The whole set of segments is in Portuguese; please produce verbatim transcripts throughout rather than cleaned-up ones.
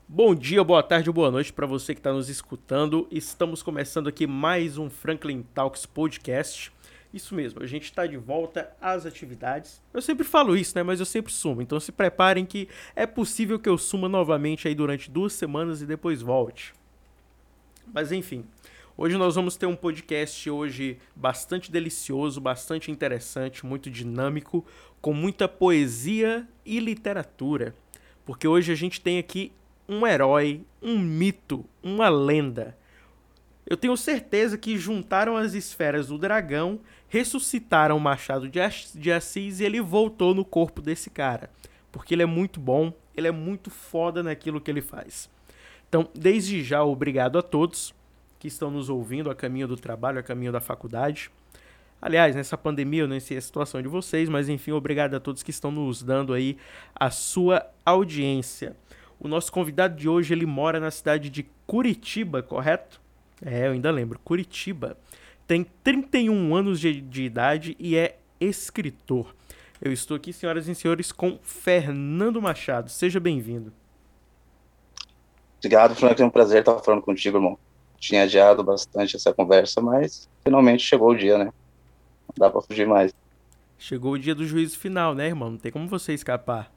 Bom dia, boa tarde ou boa noite para você que está nos escutando. Estamos começando aqui mais um Franklin Talks Podcast. Isso mesmo, a gente está de volta às atividades. Eu sempre falo isso, né? Mas eu sempre sumo. Então se preparem que é possível que eu suma novamente aí durante duas semanas e depois volte. Mas enfim, hoje nós vamos ter um podcast hoje bastante delicioso, bastante interessante, muito dinâmico, com muita poesia e literatura. Porque hoje a gente tem aqui um herói, um mito, uma lenda. Eu tenho certeza que juntaram as esferas do dragão, ressuscitaram o Machado de Assis e ele voltou no corpo desse cara. Porque ele é muito bom, ele é muito foda naquilo que ele faz. Então, desde já, obrigado a todos que estão nos ouvindo a caminho do trabalho, a caminho da faculdade. Aliás, nessa pandemia eu não sei a situação de vocês, mas enfim, obrigado a todos que estão nos dando aí a sua audiência. O nosso convidado de hoje, ele mora na cidade de Curitiba, correto? É, eu ainda lembro, Curitiba. Tem trinta e um anos de, de idade e é escritor. Eu estou aqui, senhoras e senhores, com Fernando Machado. Seja bem-vindo. Obrigado, Frank. É um prazer estar falando contigo, irmão. Tinha adiado bastante essa conversa, mas finalmente chegou o dia, né? Não dá pra fugir mais. Chegou o dia do juízo final, né, irmão? Não tem como você escapar.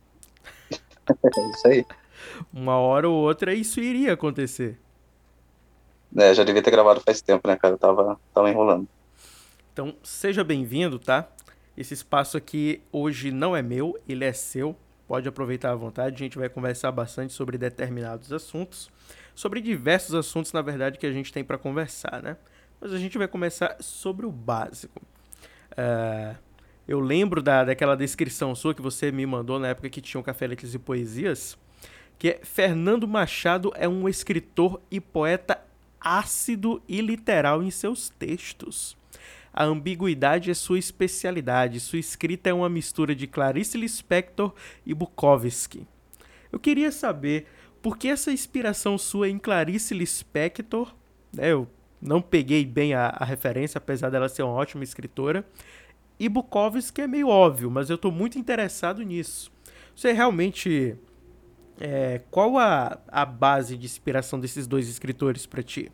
É isso aí. Uma hora ou outra isso iria acontecer. É, já devia ter gravado faz tempo, né, cara? Eu tava, tava enrolando. Então, seja bem-vindo, tá? Esse espaço aqui hoje não é meu, ele é seu. Pode aproveitar à vontade. A gente vai conversar bastante sobre determinados assuntos, sobre diversos assuntos, na verdade, que a gente tem para conversar, né? Mas a gente vai começar sobre o básico. É, eu lembro da, daquela descrição sua que você me mandou na época que tinha o Café Letras e Poesias, que é Fernando Machado é um escritor e poeta ácido e literal em seus textos. A ambiguidade é sua especialidade. Sua escrita é uma mistura de Clarice Lispector e Bukowski. Eu queria saber por que essa inspiração sua em Clarice Lispector, né, eu não peguei bem a, a referência, apesar dela ser uma ótima escritora, e Bukowski é meio óbvio, mas eu estou muito interessado nisso. Você realmente... É, qual a, a base de inspiração desses dois escritores para ti?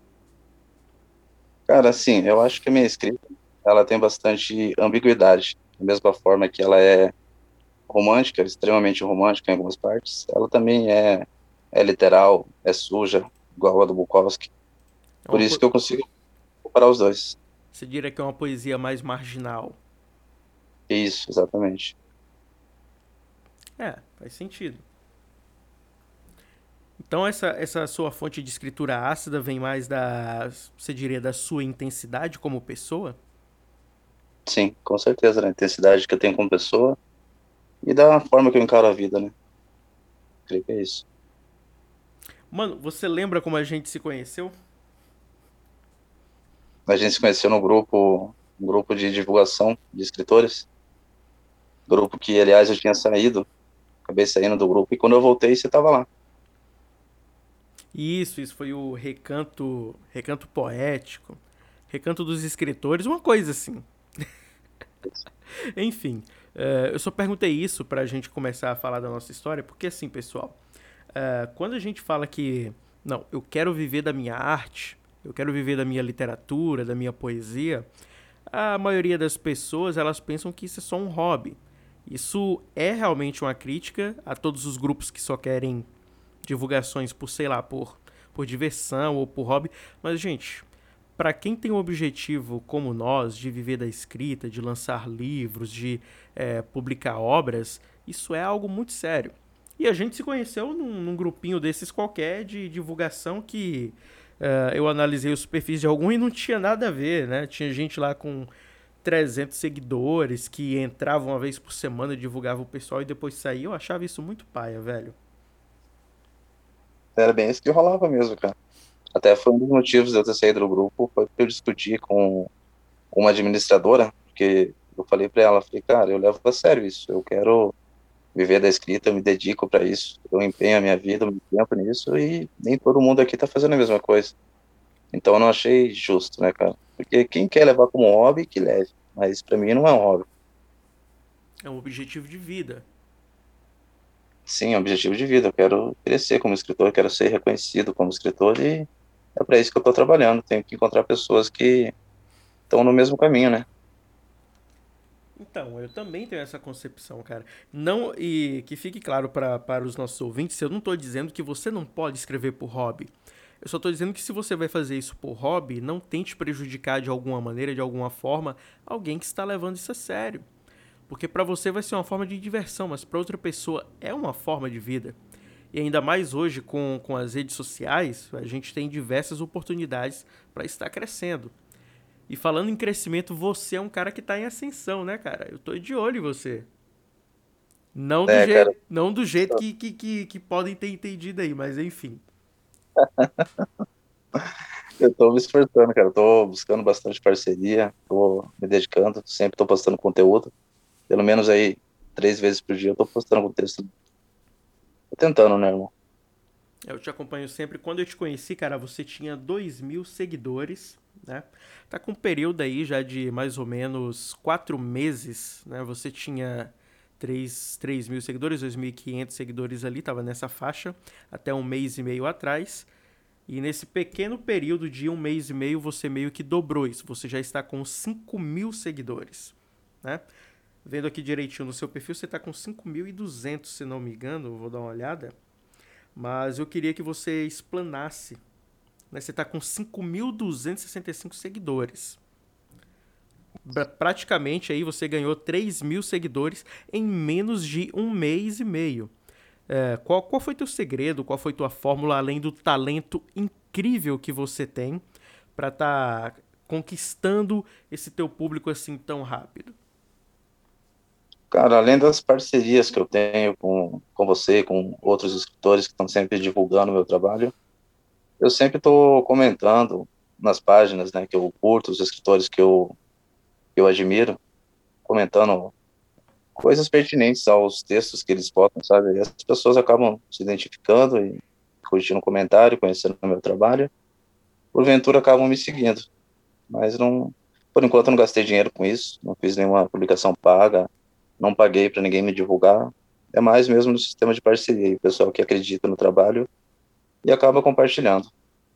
Cara, assim, eu acho que a minha escrita, ela tem bastante ambiguidade. Da mesma forma que ela é romântica, extremamente romântica em algumas partes, ela também é, é literal, é suja, igual a do Bukowski. É Por uma isso po... que eu consigo comparar os dois. Você diria que é uma poesia mais marginal? Isso, exatamente. É, faz sentido. Então essa, essa sua fonte de escritura ácida vem mais da, você diria, da sua intensidade como pessoa? Sim, com certeza, né? A intensidade que eu tenho como pessoa e da forma que eu encaro a vida, né? Creio que é isso. Mano, você lembra como a gente se conheceu? A gente se conheceu no grupo, um grupo de divulgação de escritores, grupo que, aliás, eu tinha saído, acabei saindo do grupo, e quando eu voltei, você estava lá. Isso, isso foi o recanto, recanto poético, recanto dos escritores, uma coisa assim. Enfim, eh, eu só perguntei isso pra gente começar a falar da nossa história, porque assim, pessoal, eh, quando a gente fala que, não, eu quero viver da minha arte, eu quero viver da minha literatura, da minha poesia, a maioria das pessoas elas pensam que isso é só um hobby. Isso é realmente uma crítica a todos os grupos que só querem divulgações por, sei lá, por, por diversão ou por hobby. Mas, gente, para quem tem um objetivo como nós, de viver da escrita, de lançar livros, de é, publicar obras, isso é algo muito sério. E a gente se conheceu num, num grupinho desses qualquer de divulgação que uh, eu analisei os perfis de algum e não tinha nada a ver, né? Tinha gente lá com trezentos seguidores que entravam uma vez por semana, divulgava o pessoal e depois saía. Eu achava isso muito paia, velho. Era bem isso que rolava mesmo, cara. Até foi um dos motivos de eu ter saído do grupo, foi porque eu discuti com uma administradora, porque eu falei para ela, falei, cara, eu levo a sério isso, eu quero viver da escrita, eu me dedico para isso, eu empenho a minha vida, o meu tempo nisso, e nem todo mundo aqui tá fazendo a mesma coisa. Então eu não achei justo, né, cara? Porque quem quer levar como hobby, que leve. Mas para mim não é um hobby. É um objetivo de vida. sim, é um objetivo de vida. Eu quero crescer como escritor, eu quero ser reconhecido como escritor e é para isso que eu estou trabalhando. Tenho que encontrar pessoas que estão no mesmo caminho, né? Então, eu também tenho essa concepção, cara. Não, e que fique claro pra, para os nossos ouvintes, eu não tô dizendo que você não pode escrever por hobby. Eu só tô dizendo que se você vai fazer isso por hobby, não tente prejudicar de alguma maneira, de alguma forma, alguém que está levando isso a sério. Porque pra você vai ser uma forma de diversão, mas pra outra pessoa é uma forma de vida. E ainda mais hoje com, com as redes sociais, a gente tem diversas oportunidades para estar crescendo. E falando em crescimento, você é um cara que tá em ascensão, né, cara? Eu tô de olho em você. Não do É, cara, jeito, não do jeito que, que, que, que podem ter entendido aí, mas enfim. eu tô me esforçando, cara. Eu tô buscando bastante parceria, tô me dedicando, sempre tô postando conteúdo. Pelo menos aí, três vezes por dia eu tô postando algum texto. Tô tentando, né, irmão? Eu te acompanho sempre. Quando eu te conheci, cara, você tinha dois mil seguidores, né? Tá com um período aí já de mais ou menos quatro meses, né? Você tinha três três mil seguidores, dois mil e quinhentos seguidores ali, tava nessa faixa, até um mês e meio atrás. E nesse pequeno período de um mês e meio, você meio que dobrou isso. Você já está com cinco mil seguidores, né? Vendo aqui direitinho no seu perfil, você está com cinco mil e duzentos, se não me engano. Vou dar uma olhada. Mas eu queria que você explanasse, né? Você está com cinco mil duzentos e sessenta e cinco seguidores. Praticamente aí você ganhou três mil seguidores em menos de um mês e meio. É, qual, qual foi teu segredo? Qual foi tua fórmula, além do talento incrível que você tem para estar tá conquistando esse teu público assim tão rápido? Cara, além das parcerias que eu tenho com, com você, com outros escritores que estão sempre divulgando o meu trabalho, eu sempre estou comentando nas páginas, né, que eu curto, os escritores que eu, que eu admiro, comentando coisas pertinentes aos textos que eles postam, sabe? E as pessoas acabam se identificando e curtindo o comentário, conhecendo o meu trabalho, porventura acabam me seguindo. Mas não, por enquanto eu não gastei dinheiro com isso, não fiz nenhuma publicação paga, não paguei para ninguém me divulgar. É mais mesmo no sistema de parceria, o pessoal que acredita no trabalho e acaba compartilhando.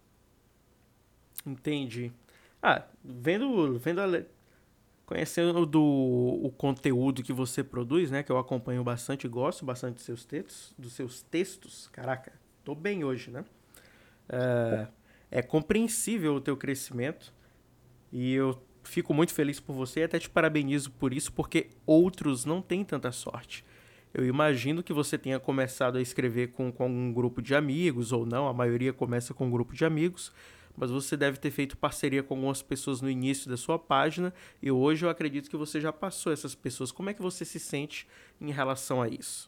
Entendi. Ah, vendo, vendo a, conhecendo do o conteúdo que você produz, né, que eu acompanho bastante e gosto bastante dos seus textos, dos seus textos. Caraca, tô bem hoje, né? É, é compreensível o teu crescimento e eu fico muito feliz por você e até te parabenizo por isso, porque outros não têm tanta sorte. Eu imagino que você tenha começado a escrever com, com um grupo de amigos, ou não, a maioria começa com um grupo de amigos, mas você deve ter feito parceria com algumas pessoas no início da sua página, e hoje eu acredito que você já passou essas pessoas. Como é que você se sente em relação a isso?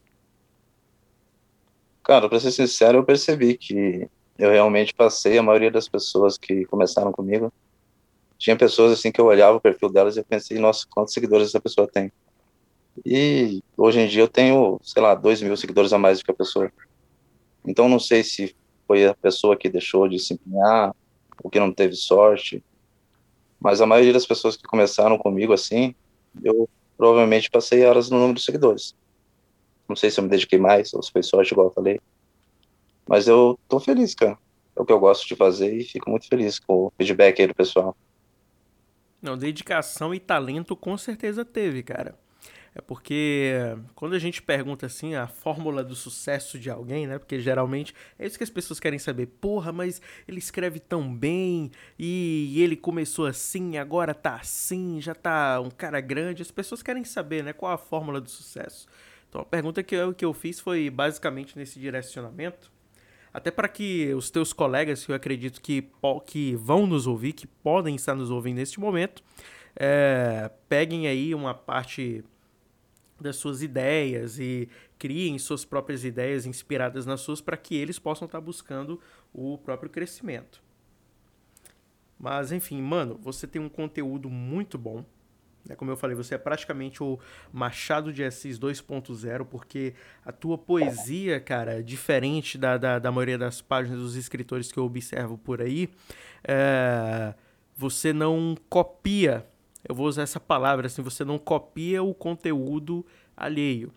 Cara, para ser sincero, eu percebi que eu realmente passei a maioria das pessoas que começaram comigo. Tinha pessoas assim que eu olhava o perfil delas e eu pensei, nossa, quantos seguidores essa pessoa tem? E hoje em dia eu tenho, sei lá, dois mil seguidores a mais do que a pessoa. Então não sei se foi a pessoa que deixou de se empenhar, ou que não teve sorte, mas a maioria das pessoas que começaram comigo assim, eu provavelmente passei elas no número de seguidores. Não sei se eu me dediquei mais, ou se foi sorte, igual eu falei, mas eu tô feliz, cara. É o que eu gosto de fazer e fico muito feliz com o feedback aí do pessoal. Não, dedicação e talento com certeza teve, cara. É porque quando a gente pergunta assim a fórmula do sucesso de alguém, né? Porque geralmente é isso que as pessoas querem saber. Porra, mas ele escreve tão bem e ele começou assim, agora tá assim, já tá um cara grande. As pessoas querem saber, né? Qual a fórmula do sucesso. Então a pergunta que eu, que eu fiz foi basicamente nesse direcionamento. Até para que os teus colegas, que eu acredito que, que vão nos ouvir, que podem estar nos ouvindo neste momento, é, peguem aí uma parte das suas ideias e criem suas próprias ideias inspiradas nas suas para que eles possam estar buscando o próprio crescimento. Mas enfim, mano, você tem um conteúdo muito bom. Né? Como eu falei, você é praticamente o Machado de Assis dois ponto zero, porque a tua poesia, cara, diferente da, da, da maioria das páginas dos escritores que eu observo por aí, é, você não copia, eu vou usar essa palavra assim, você não copia o conteúdo alheio.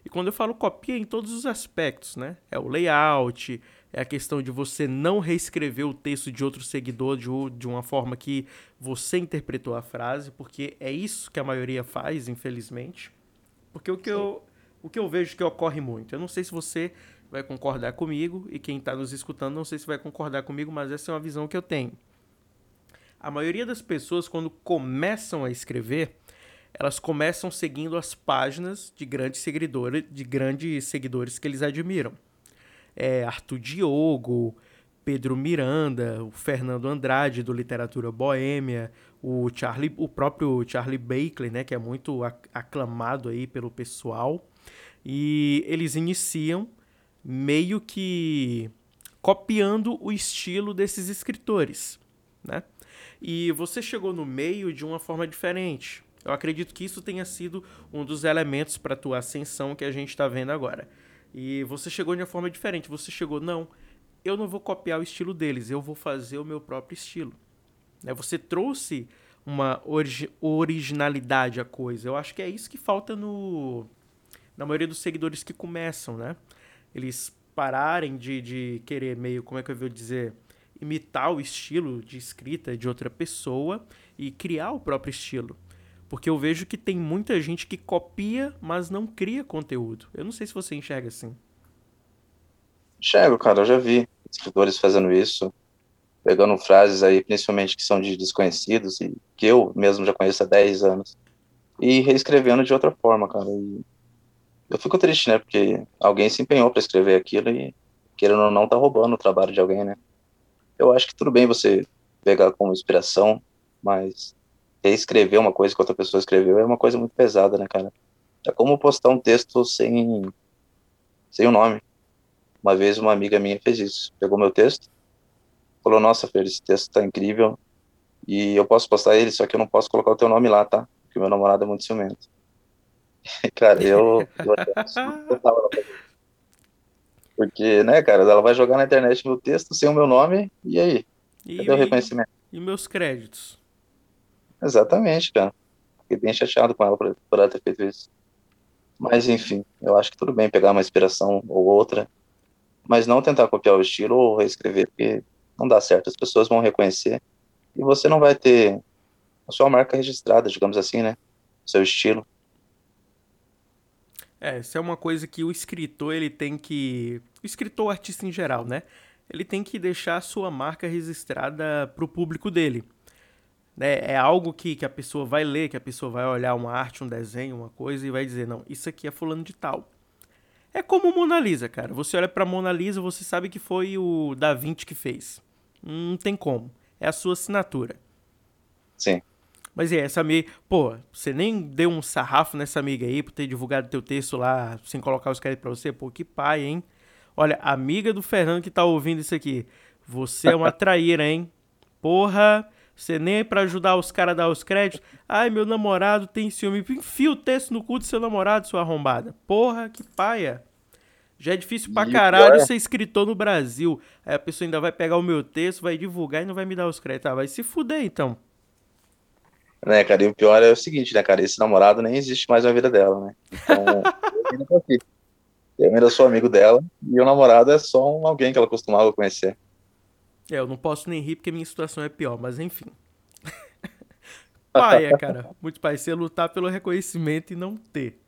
E quando eu falo copia, é em todos os aspectos, né? É o layout, é a questão de você não reescrever o texto de outro seguidor de, de uma forma que você interpretou a frase, porque é isso que a maioria faz, infelizmente. Porque o que Sim. eu, o que eu vejo que ocorre muito, eu não sei se você vai concordar comigo, e quem está nos escutando não sei se vai concordar comigo, mas essa é uma visão que eu tenho. A maioria das pessoas, quando começam a escrever, elas começam seguindo as páginas de grandes seguidores, de grandes seguidores que eles admiram. É Arthur Diogo, Pedro Miranda, o Fernando Andrade do Literatura Boêmia, o Charlie, o próprio Charlie Baker, né, que é muito aclamado aí pelo pessoal. E eles iniciam meio que copiando o estilo desses escritores, né? E você chegou no meio de uma forma diferente. Eu acredito que isso tenha sido um dos elementos para a tua ascensão que a gente está vendo agora. E você chegou de uma forma diferente. Você chegou, não, eu não vou copiar o estilo deles, eu vou fazer o meu próprio estilo. Você trouxe uma origi- originalidade à coisa. Eu acho que é isso que falta no, na maioria dos seguidores que começam, né? Eles pararem de, de querer meio, como é que eu vou dizer, imitar o estilo de escrita de outra pessoa e criar o próprio estilo. Porque eu vejo que tem muita gente que copia, mas não cria conteúdo. Eu não sei se você enxerga assim. Enxergo, cara, eu já vi escritores fazendo isso, pegando frases aí, principalmente que são de desconhecidos, e que eu mesmo já conheço há dez anos, e reescrevendo de outra forma, cara. E eu fico triste, né, porque alguém se empenhou para escrever aquilo e, querendo ou não, tá roubando o trabalho de alguém, né. Eu acho que tudo bem você pegar como inspiração, mas reescrever uma coisa que outra pessoa escreveu é uma coisa muito pesada, né, cara. É como postar um texto sem, sem o nome. Uma vez uma amiga minha fez isso. Pegou meu texto, falou, nossa, Fer, esse texto tá incrível e eu posso postar ele, só que eu não posso colocar o teu nome lá, tá? Porque meu namorado é muito ciumento. E, cara, eu, eu até total, porque, né, cara, ela vai jogar na internet meu texto sem o meu nome, e aí? E, Cadê o e, reconhecimento? e meus créditos? Exatamente, cara. Fiquei bem chateado com ela por, por ela ter feito isso. Mas, enfim, eu acho que tudo bem pegar uma inspiração ou outra, mas não tentar copiar o estilo ou reescrever, porque não dá certo. As pessoas vão reconhecer e você não vai ter a sua marca registrada, digamos assim, né? O seu estilo. É, isso é uma coisa que o escritor, ele tem que... O escritor, o artista em geral, né? Ele tem que deixar a sua marca registrada pro público dele. Né? É algo que, que a pessoa vai ler, que a pessoa vai olhar uma arte, um desenho, uma coisa e vai dizer, não, isso aqui é fulano de tal. É como Mona Lisa, cara. Você olha pra Mona Lisa, você sabe que foi o Da Vinci que fez. Não tem como. É a sua assinatura. Sim. Mas é, essa amiga... Pô, você nem deu um sarrafo nessa amiga aí por ter divulgado teu texto lá sem colocar os créditos pra você? Pô, que pai, hein? Olha, amiga do Fernando que tá ouvindo isso aqui. Você é uma traíra, hein? Porra, você nem é pra ajudar os caras a dar os créditos. Ai, meu namorado tem ciúme. Enfia o texto no cu do seu namorado, sua arrombada. Porra, que paia. Já é difícil pra E o pior caralho é, ser escritor no Brasil. Aí a pessoa ainda vai pegar o meu texto, vai divulgar e não vai me dar os créditos. Ah, vai se fuder então. né, cara, e o pior é o seguinte, né, cara, esse namorado nem existe mais na vida dela, né? Então, eu ainda tô aqui. Eu ainda sou amigo dela e o namorado é só um, alguém que ela costumava conhecer. É, eu não posso nem rir porque minha situação é pior, mas enfim. Paia, cara. Muito pai, você lutar pelo reconhecimento e não ter.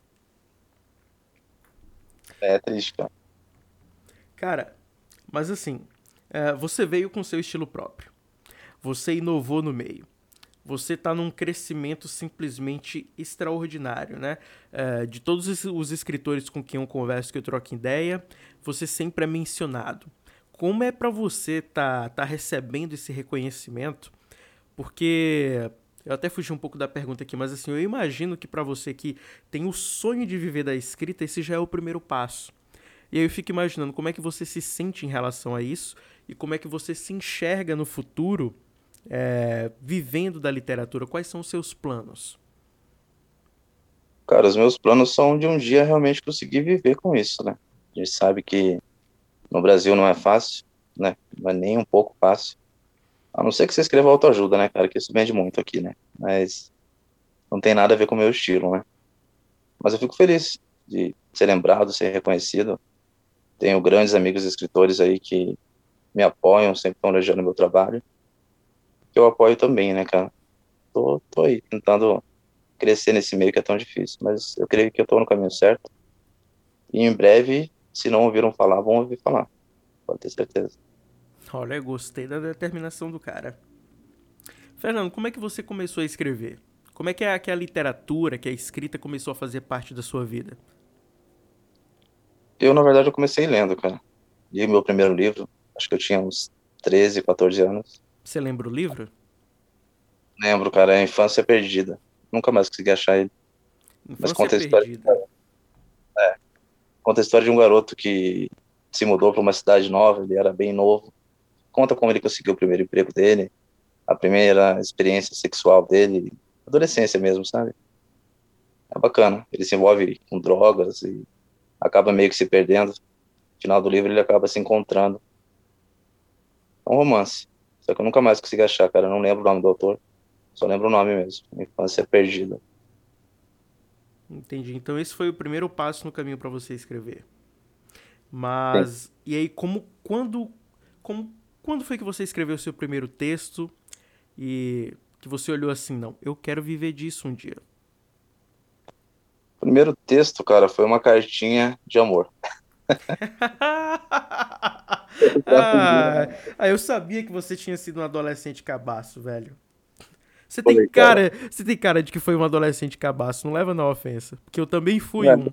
É triste, cara. Cara, mas assim, é, você veio com seu estilo próprio. Você inovou no meio. Você está num crescimento simplesmente extraordinário, né? É, de todos os escritores com quem eu converso, que eu troco ideia, você sempre é mencionado. Como é para você tá, tá recebendo esse reconhecimento? Porque eu até fugi um pouco da pergunta aqui, mas assim, eu imagino que para você que tem o sonho de viver da escrita, esse já é o primeiro passo. E aí eu fico imaginando como é que você se sente em relação a isso e como é que você se enxerga no futuro é, vivendo da literatura. Quais são os seus planos? Cara, os meus planos são de um dia realmente conseguir viver com isso, né? A gente sabe que no Brasil não é fácil, né? Não é nem um pouco fácil. A não ser que você escreva autoajuda, né, cara? Que isso vende muito aqui, né? Mas não tem nada a ver com o meu estilo, né? Mas eu fico feliz. de ser lembrado, ser reconhecido. Tenho grandes amigos escritores aí que me apoiam, sempre estão elogiando meu trabalho. Eu apoio também, né, cara? Tô, tô aí, tentando crescer nesse meio que é tão difícil, mas eu creio que eu tô no caminho certo. E em breve, se não ouviram falar, vão ouvir falar. Pode ter certeza. Olha, eu gostei da determinação do cara. Fernando, como é que você começou a escrever? Como é que a, que a literatura, que a escrita começou a fazer parte da sua vida? Eu, na verdade, eu comecei lendo, cara. Li meu primeiro livro, acho que eu tinha uns treze, quatorze anos. Você lembra o livro? Lembro, cara, é Infância Perdida. Nunca mais consegui achar ele. Mas Infância conta a história, Perdida. é, conta a história de um garoto que se mudou para uma cidade nova, ele era bem novo. Conta como ele conseguiu o primeiro emprego dele, a primeira experiência sexual dele, adolescência mesmo, sabe? É bacana. Ele se envolve com drogas e acaba meio que se perdendo. No final do livro ele acaba se encontrando. É um romance. Só que eu nunca mais consegui achar, cara. Eu não lembro o nome do autor. Só lembro o nome mesmo. Infância Perdida. Entendi. Então esse foi o primeiro passo no caminho para você escrever. Sim. Mas e aí como quando como quando foi que você escreveu o seu primeiro texto e que você olhou assim, não, eu quero viver disso um dia? O primeiro texto, cara, foi uma cartinha de amor. ah, ah, eu sabia que você tinha sido um adolescente cabaço, velho. Você tem Foi, cara. cara, você tem cara de que foi um adolescente cabaço, não leva na ofensa, porque eu também fui Mano, um.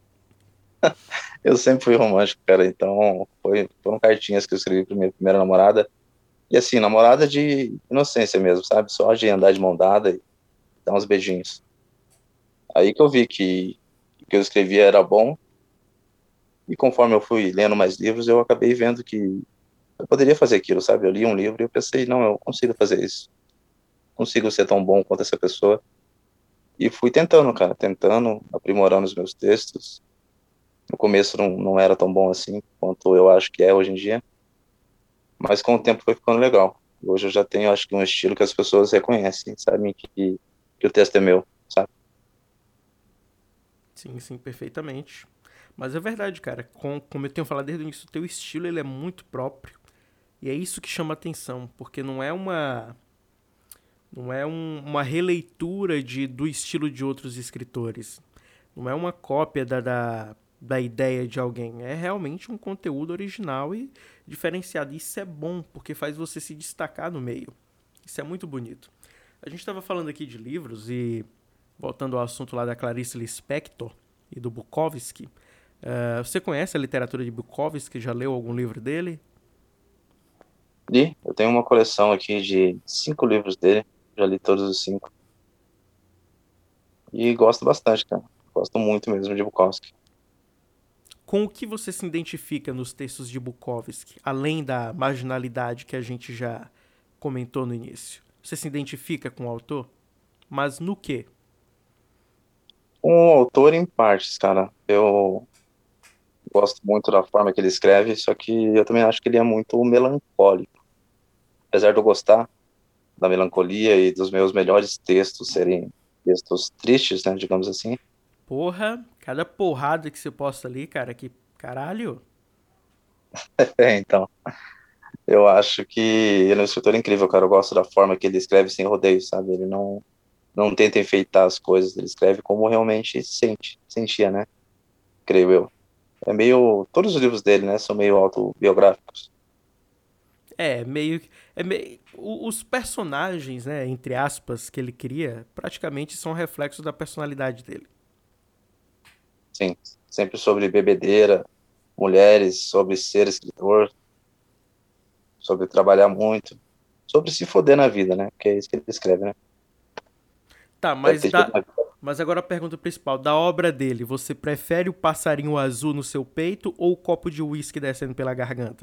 eu sempre fui romântico, cara. Então, foi, foram cartinhas que eu escrevi pra minha primeira namorada. E assim, namorada de inocência mesmo, sabe? Só de andar de mão dada e dar uns beijinhos. Aí que eu vi que o que eu escrevia era bom. E conforme eu fui lendo mais livros, eu acabei vendo que eu poderia fazer aquilo, sabe? Eu li um livro e eu pensei, não, eu consigo fazer isso. Consigo ser tão bom quanto essa pessoa. E fui tentando, cara, tentando, aprimorando os meus textos. No começo não, não era tão bom assim quanto eu acho que é hoje em dia, mas com o tempo foi ficando legal. Hoje eu já tenho, acho que, um estilo que as pessoas reconhecem, sabem que, que o texto é meu, sabe? Sim, sim, perfeitamente. Mas é verdade, cara. Com, como eu tenho falado desde o início, o teu estilo ele é muito próprio. E é isso que chama atenção, porque não é uma não é um- uma releitura de, do estilo de outros escritores. Não é uma cópia da, da, da ideia de alguém. É realmente um conteúdo original e diferenciado. Isso é bom, porque faz você se destacar no meio. Isso é muito bonito. A gente estava falando aqui de livros e, voltando ao assunto lá da Clarice Lispector e do Bukowski, uh, você conhece a literatura de Bukowski? Já leu algum livro dele? Li, eu tenho uma coleção aqui de cinco livros dele, já li todos os cinco, e gosto bastante, cara. Gosto muito mesmo de Bukowski. Com o que você se identifica nos textos de Bukowski, além da marginalidade que a gente já comentou no início? Você se identifica com o autor? Mas no quê? Um autor em partes, cara. Eu gosto muito da forma que ele escreve, só que eu também acho que ele é muito melancólico. Apesar de eu gostar da melancolia e dos meus melhores textos serem textos tristes, né, digamos assim. Porra, cada porrada que você posta ali, cara, que caralho. É, então, eu acho que ele é um escritor incrível, cara. Eu gosto da forma que ele escreve sem rodeio, sabe? Ele não, não tenta enfeitar as coisas, ele escreve como realmente sente, sentia, né? Creio eu. É meio. Todos os livros dele, né, são meio autobiográficos. É, meio é meio os personagens, né, entre aspas, que ele cria, praticamente são reflexos da personalidade dele. Sim, sempre sobre bebedeira, mulheres, sobre ser escritor, sobre trabalhar muito, sobre se foder na vida, né? Que é isso que ele escreve, né? Tá, Deve mas ter tido da uma... mas agora a pergunta principal, da obra dele, você prefere o passarinho azul no seu peito ou o copo de uísque descendo pela garganta?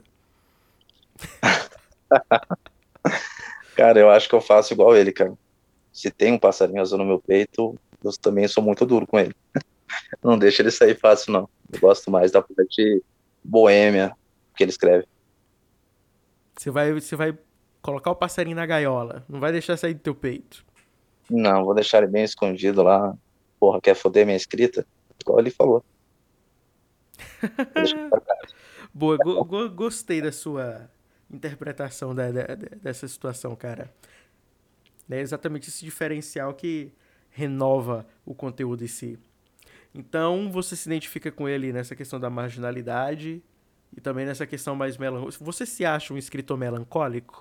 Cara, eu acho que eu faço igual ele, cara. Se tem um passarinho azul no meu peito, eu também sou muito duro com ele. Não deixa ele sair fácil, não. Eu gosto mais da parte boêmia que ele escreve. Você vai, você vai colocar o passarinho na gaiola, não vai deixar sair do teu peito. Não, vou deixar ele bem escondido lá. Porra, quer foder minha escrita? Igual ele falou. Deixa pra cá. Boa, go- go- gostei da sua interpretação da- da- da- dessa situação, cara. É exatamente esse diferencial que renova o conteúdo em si. Então, você se identifica com ele nessa questão da marginalidade e também nessa questão mais melancólica. Você se acha um escritor melancólico?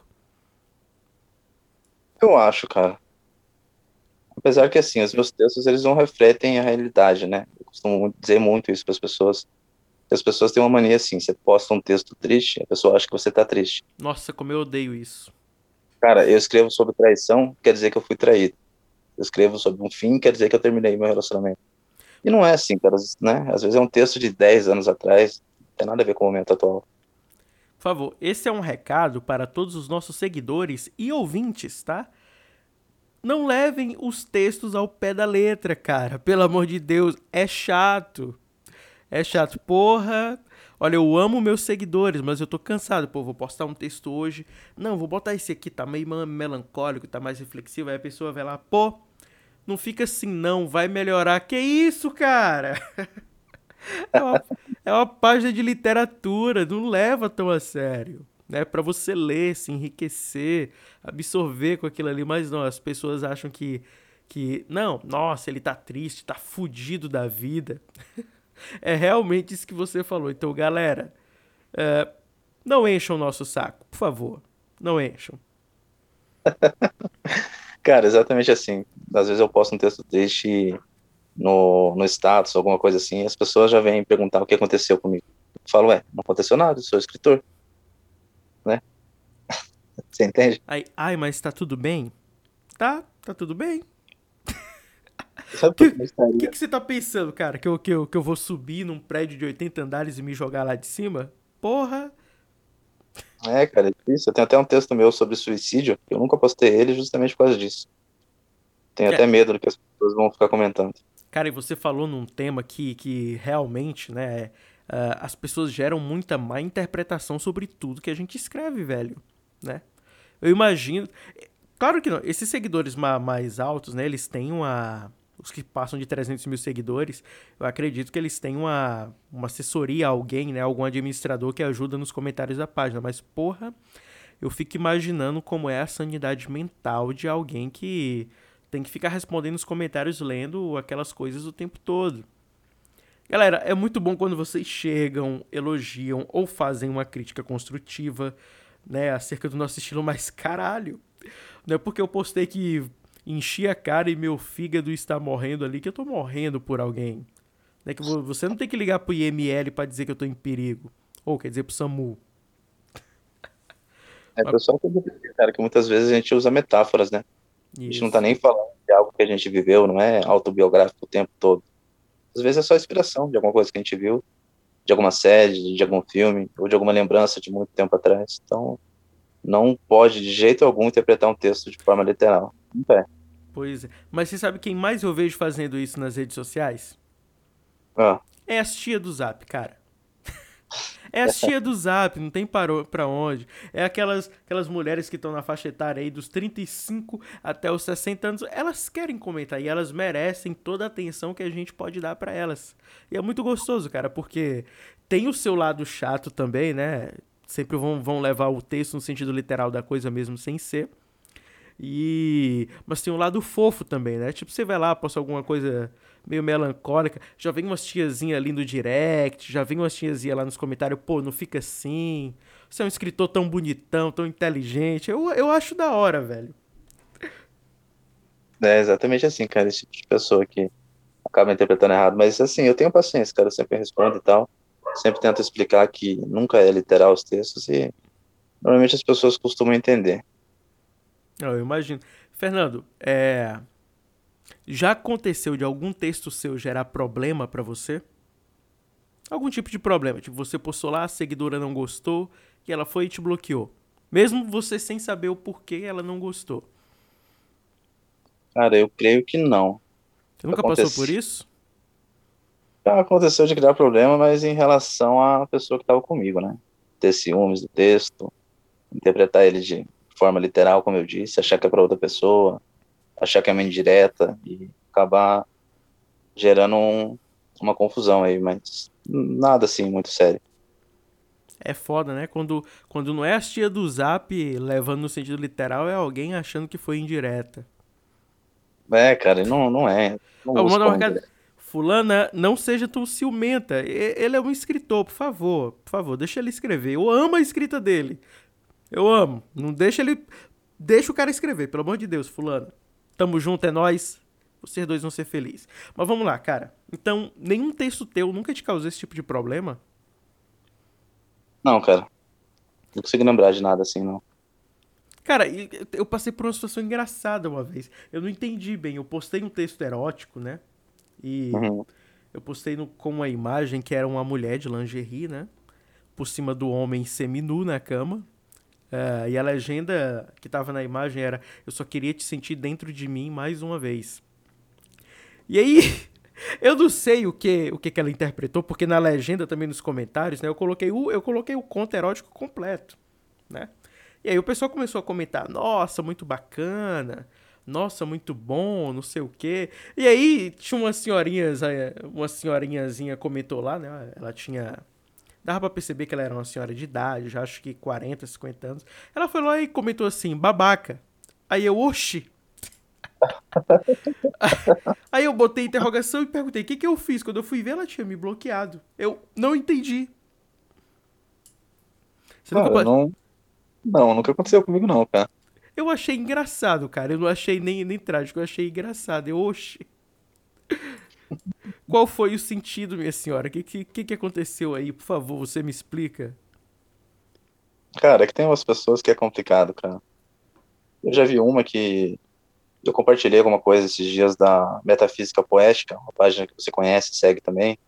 Eu acho, cara. Apesar que, assim, os meus textos, eles não refletem a realidade, né? Eu costumo dizer muito isso para as pessoas. As pessoas têm uma mania, assim, você posta um texto triste, a pessoa acha que você tá triste. Nossa, como eu odeio isso. Cara, eu escrevo sobre traição, quer dizer que eu fui traído. Eu escrevo sobre um fim, quer dizer que eu terminei meu relacionamento. E não é assim, cara, né? Às vezes é um texto de dez anos atrás, não tem nada a ver com o momento atual. Por favor, esse é um recado para todos os nossos seguidores e ouvintes, tá? Não levem os textos ao pé da letra, cara. Pelo amor de Deus, é chato. É chato. Porra. Olha, eu amo meus seguidores, mas eu tô cansado. Pô, vou postar um texto hoje. Não, vou botar esse aqui, tá meio melancólico, tá mais reflexivo. Aí a pessoa vai lá, pô, não fica assim não, vai melhorar. Que isso, cara? É uma, é uma página de literatura, não leva tão a sério. Né, para você ler, se enriquecer, absorver com aquilo ali, mas não, as pessoas acham que, que não, nossa, ele tá triste, tá fudido da vida. É realmente isso que você falou. Então, galera, é, não encham o nosso saco, por favor. Não encham. Cara, exatamente assim. Às vezes eu posto um texto triste no, no status, alguma coisa assim, e as pessoas já vêm perguntar o que aconteceu comigo. Eu falo, ué, não aconteceu nada, eu sou escritor, né? Você entende? Aí, ai, mas tá tudo bem? Tá, tá tudo bem. Sabe por Que, que eu que estaria? que você tá pensando, cara? Que eu, que, eu, que eu vou subir num prédio de oitenta andares e me jogar lá de cima? Porra! É, cara, é difícil. Eu tenho até um texto meu sobre suicídio, eu nunca postei ele justamente por causa disso. Tenho até É, medo do que as pessoas vão ficar comentando. cara, e você falou num tema que, que realmente, né, uh, as pessoas geram muita má interpretação sobre tudo que a gente escreve, velho, né? Eu imagino. Claro que não, esses seguidores ma mais altos, né, eles têm uma. Os que passam de trezentos mil seguidores, eu acredito que eles têm uma, uma assessoria, alguém, né, algum administrador que ajuda nos comentários da página. Mas, porra, eu fico imaginando como é a sanidade mental de alguém que tem que ficar respondendo os comentários lendo aquelas coisas o tempo todo. Galera, é muito bom quando vocês chegam, elogiam ou fazem uma crítica construtiva, né, acerca do nosso estilo, mas caralho, não é porque eu postei que enchi a cara e meu fígado está morrendo ali que eu tô morrendo por alguém. Né, que você não tem que ligar pro I M L pra dizer que eu tô em perigo. Ou quer dizer pro SAMU. É, Mas, pessoal, cara, que muitas vezes a gente usa metáforas, né? A gente não tá isso. nem falando de algo que a gente viveu, não é autobiográfico o tempo todo. Às vezes é só inspiração de alguma coisa que a gente viu, de alguma série, de algum filme, ou de alguma lembrança de muito tempo atrás. Então, não pode de jeito algum interpretar um texto de forma literal. Não é. Pois é. Mas você sabe quem mais eu vejo fazendo isso nas redes sociais? Ah, É as tia do Zap, cara. É as tia do Zap, não tem parou pra onde. É aquelas, aquelas mulheres que estão na faixa etária aí dos trinta e cinco até os sessenta anos. Elas querem comentar e elas merecem toda a atenção que a gente pode dar pra elas. E é muito gostoso, cara, porque tem o seu lado chato também, né? Sempre vão, vão levar o texto no sentido literal da coisa mesmo sem ser. E. Mas tem um lado fofo também, né? Tipo, você vai lá, posta alguma coisa meio melancólica, já vem umas tiazinhas ali no direct, já vem umas tiazinhas lá nos comentários, pô, não fica assim. Você é um escritor tão bonitão, tão inteligente. Eu, eu acho da hora, velho. é exatamente assim, cara, esse tipo de pessoa que acaba interpretando errado. Mas, assim, eu tenho paciência, cara, eu sempre respondo e tal. Sempre tento explicar que nunca é literal os textos e normalmente as pessoas costumam entender. Não, eu imagino. Fernando, é. Já aconteceu de algum texto seu gerar problema pra você? Algum tipo de problema? Tipo, você postou lá, a seguidora não gostou e ela foi e te bloqueou. Mesmo você sem saber o porquê ela não gostou. Cara, eu creio que não. Você nunca passou por Aconteceu, isso? já aconteceu de criar problema, mas em relação à pessoa que estava comigo, né? Ter ciúmes do texto, interpretar ele de forma literal, como eu disse, achar que é para outra pessoa, achar que é uma indireta e acabar gerando um, uma confusão aí, mas nada assim muito sério. É foda, né? Quando, quando não é as tia do Zap levando no sentido literal, é alguém achando que foi indireta. É, cara, não, não é. Não Ó, vou uso mandar um como recado. direto. Fulana, não seja tão ciumenta. Ele é um escritor, por favor. Por favor, deixa ele escrever. Eu amo a escrita dele. Eu amo. Não deixa ele. Deixa o cara escrever, pelo amor de Deus, fulano. Tamo junto, é nóis. Vocês dois vão ser felizes. Mas vamos lá, cara. Então, nenhum texto teu nunca te causou esse tipo de problema? Não, cara, não consigo lembrar de nada assim, não. Cara, eu passei por uma situação engraçada uma vez. Eu não entendi bem. Eu postei um texto erótico, né? E Uhum. eu postei no, com uma imagem que era uma mulher de lingerie, né? Por cima do homem seminu na cama. Uh, e a legenda que tava na imagem era: Eu só queria te sentir dentro de mim mais uma vez. E aí, eu não sei o que, o que, que ela interpretou, porque na legenda também nos comentários, né? Eu coloquei o, eu coloquei o conto erótico completo, né? E aí o pessoal começou a comentar: Nossa, muito bacana. Nossa, muito bom, não sei o quê. E aí tinha umas senhorinhas, uma senhorinhazinha comentou lá, né? Ela tinha. Dava pra perceber que ela era uma senhora de idade, já acho que quarenta, cinquenta anos. Ela foi lá e comentou assim, babaca. Aí eu, oxi. Aí eu botei interrogação e perguntei, o que, que eu fiz? Quando eu fui ver, ela tinha me bloqueado. Eu não entendi. Você nunca Cara, pode... não, não, nunca aconteceu comigo não, cara. Eu achei engraçado, cara. Eu não achei nem, nem trágico, eu achei engraçado. Eu, oxi. Qual foi o sentido, minha senhora? O que, que, que aconteceu aí? Por favor, você me explica. Cara, é que tem umas pessoas que é complicado, cara. Eu já vi uma que eu compartilhei alguma coisa esses dias da Metafísica Poética, uma página que você conhece, segue também,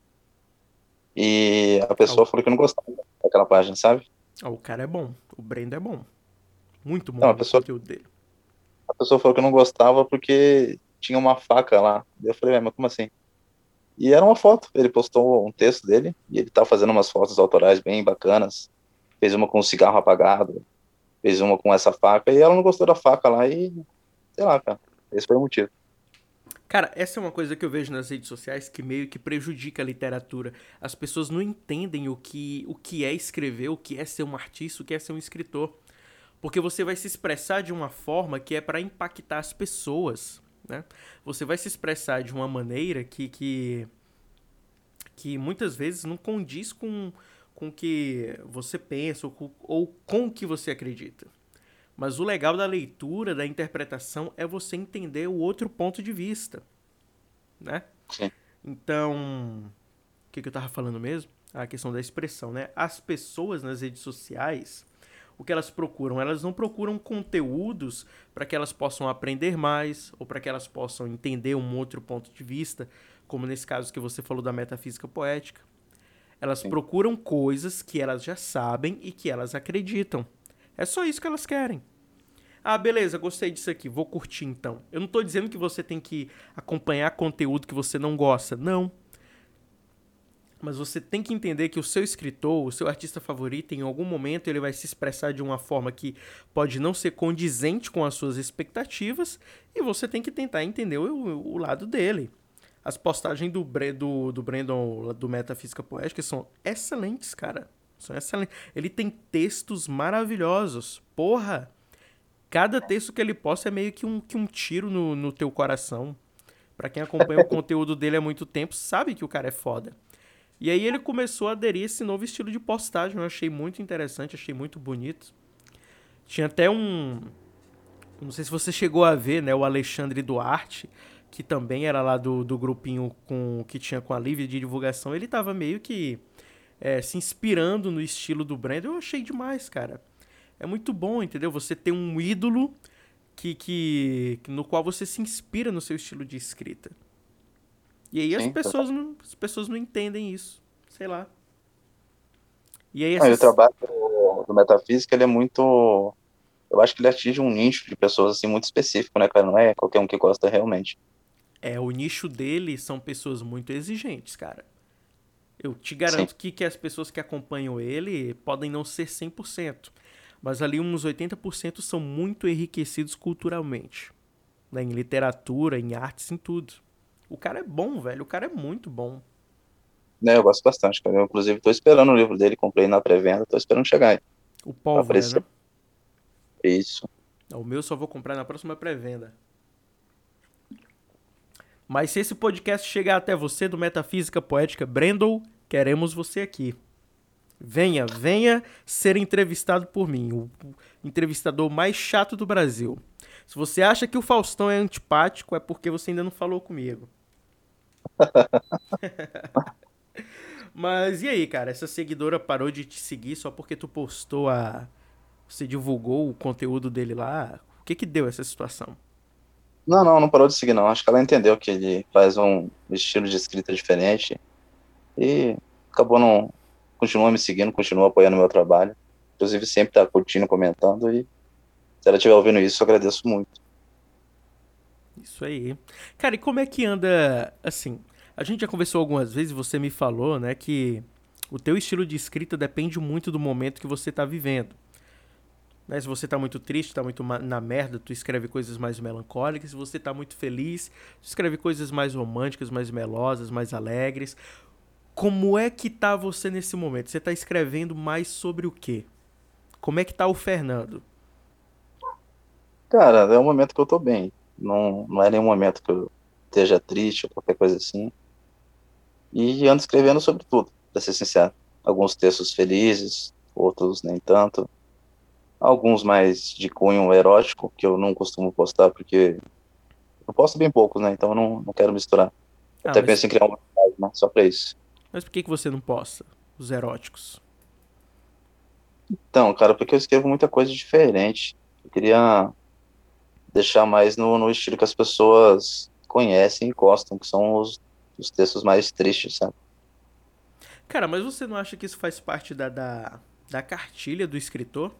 e a Ah, o, pessoa falou que não gostava daquela página, sabe? ah, o cara é bom. O Brendo é bom. Muito Não, bom a o pessoa, conteúdo dele. a pessoa falou que não gostava porque tinha uma faca lá. Daí eu falei, "Ué, mas como assim?" E era uma foto, ele postou um texto dele, e ele tá fazendo umas fotos autorais bem bacanas, fez uma com um cigarro apagado, fez uma com essa faca, e ela não gostou da faca lá, e sei lá, cara, esse foi o motivo. Cara, essa é uma coisa que eu vejo nas redes sociais que meio que prejudica a literatura. As pessoas não entendem o que, o que é escrever, o que é ser um artista, o que é ser um escritor. Porque você vai se expressar de uma forma que é para impactar as pessoas, né? Você vai se expressar de uma maneira que, que, que muitas vezes não condiz com, com o que você pensa ou com, ou com o que você acredita. Mas o legal da leitura, da interpretação, é você entender o outro ponto de vista, né? Sim, Então, o que, que eu tava falando mesmo? A questão da expressão, né? As pessoas nas redes sociais, o que elas procuram? Elas não procuram conteúdos para que elas possam aprender mais ou para que elas possam entender um outro ponto de vista, como nesse caso que você falou da metafísica poética. Elas sim. procuram coisas que elas já sabem e que elas acreditam. É só isso que elas querem. Ah, beleza, gostei disso aqui, vou curtir então. Eu não tô dizendo que você tem que acompanhar conteúdo que você não gosta, não. Mas você tem que entender que o seu escritor, o seu artista favorito, em algum momento ele vai se expressar de uma forma que pode não ser condizente com as suas expectativas e você tem que tentar entender o, o lado dele. As postagens do, do, do Brandon do Metafísica Poética são excelentes, cara. São excelentes. Ele tem textos maravilhosos. Porra! Cada texto que ele posta é meio que um, que um tiro no, no teu coração. Pra quem acompanha o conteúdo dele há muito tempo, sabe que o cara é foda. E aí ele começou a aderir a esse novo estilo de postagem. Eu achei muito interessante, achei muito bonito. Tinha até um. Não sei se você chegou a ver, né? O Alexandre Duarte, que também era lá do, do grupinho com que tinha com a Lívia de divulgação. Ele tava meio que é, se inspirando no estilo do Brandon. Eu achei demais, cara. É muito bom, entendeu? Você ter um ídolo que, que, no qual você se inspira no seu estilo de escrita. E aí as Sim, pessoas não, as pessoas não entendem isso. Sei lá. E aí não, e o essas. trabalho do, do Metafísica, ele é muito, eu acho que ele atinge um nicho de pessoas, assim, muito específico, né, cara, não é qualquer um que gosta realmente. É, o nicho dele são pessoas muito exigentes, cara. Eu te Sim, garanto que, que as pessoas que acompanham ele podem não ser cem por cento. Mas ali uns oitenta por cento são muito enriquecidos culturalmente. Né? Em literatura, em artes, em tudo. O cara é bom, velho. O cara é muito bom. Né, eu gosto bastante, cara. Eu, inclusive, tô esperando o livro dele, comprei na pré-venda, tô esperando chegar aí, O pra Pólvora, aparecer né? isso. O meu só vou comprar na próxima pré-venda. Mas se esse podcast chegar até você do Metafísica Poética Brandon, queremos você aqui. Venha, venha ser entrevistado por mim, o entrevistador mais chato do Brasil. Se você acha que o Faustão é antipático, é porque você ainda não falou comigo. Mas e aí, cara? Essa seguidora parou de te seguir só porque tu postou a. Você divulgou o conteúdo dele lá? O que que deu essa situação? Não, não, não parou de seguir, não. Acho que ela entendeu que ele faz um estilo de escrita diferente e acabou não. Continua me seguindo, continua apoiando o meu trabalho. Inclusive, sempre tá curtindo, comentando. E se ela estiver ouvindo isso, eu agradeço muito. Isso aí. Cara, e como é que anda, assim, a gente já conversou algumas vezes, você me falou, né, que o teu estilo de escrita depende muito do momento que você tá vivendo. Né? Se você tá muito triste, tá muito na merda, tu escreve coisas mais melancólicas. Se você tá muito feliz, tu escreve coisas mais românticas, mais melosas, mais alegres. Como é que tá você nesse momento? Você tá escrevendo mais sobre o quê? Como é que tá o Fernando? Cara, é um momento que eu tô bem. Não, não é nenhum momento que eu esteja triste ou qualquer coisa assim. E ando escrevendo sobre tudo, pra ser sincero. Alguns textos felizes, outros nem tanto. Alguns mais de cunho erótico, que eu não costumo postar, porque eu posto bem poucos, né? Então eu não, não quero misturar. Ah, Até mas, penso em criar uma página só pra isso. mas por que, que você não posta os eróticos? Então, cara, porque eu escrevo muita coisa diferente. Eu queria deixar mais no, no estilo que as pessoas conhecem e gostam, que são os, os textos mais tristes, sabe? Cara, mas você não acha que isso faz parte da, da, da cartilha do escritor?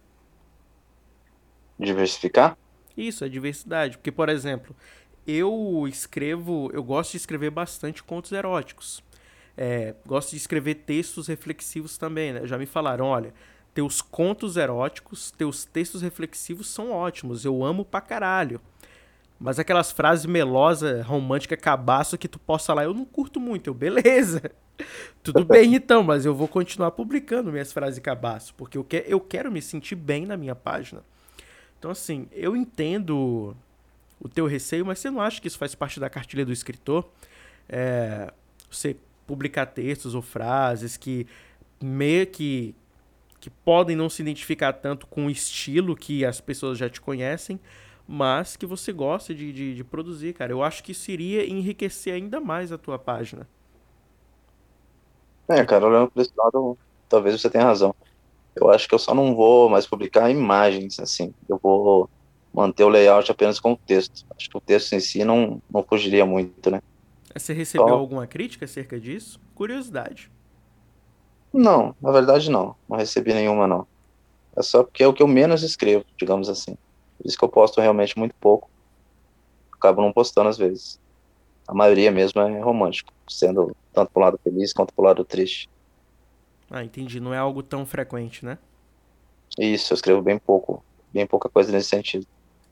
Diversificar? Isso, é diversidade. Porque, por exemplo, eu escrevo, eu gosto de escrever bastante contos eróticos. É, gosto de escrever textos reflexivos também, né? Já me falaram, olha, teus contos eróticos, teus textos reflexivos são ótimos, eu amo pra caralho. Mas aquelas frases melosas, romântica, cabaço que tu posta lá, eu não curto muito. Eu, beleza. Tudo bem então, mas eu vou continuar publicando minhas frases cabaço, porque eu, que, eu quero me sentir bem na minha página. Então, assim, eu entendo o teu receio, mas você não acha que isso faz parte da cartilha do escritor? É, você publicar textos ou frases que meio que, que podem não se identificar tanto com o estilo que as pessoas já te conhecem, mas que você gosta de, de, de produzir, cara. Eu acho que isso iria enriquecer ainda mais a tua página. É, Que, cara, olhando por esse lado, talvez você tenha razão. Eu acho que eu só não vou mais publicar imagens, assim. Eu vou manter o layout apenas com o texto. Acho que o texto em si não, não fugiria muito, né? você recebeu Só... alguma crítica acerca disso? Curiosidade. Não, na verdade não. Não recebi nenhuma, não. É só porque é o que eu menos escrevo, digamos assim. Por isso que eu posto realmente muito pouco. Acabo não postando às vezes. A maioria mesmo é romântico, sendo tanto pro lado feliz quanto pro lado triste. Ah, entendi. Não é algo tão frequente, né? Isso, eu escrevo bem pouco, bem pouca coisa nesse sentido.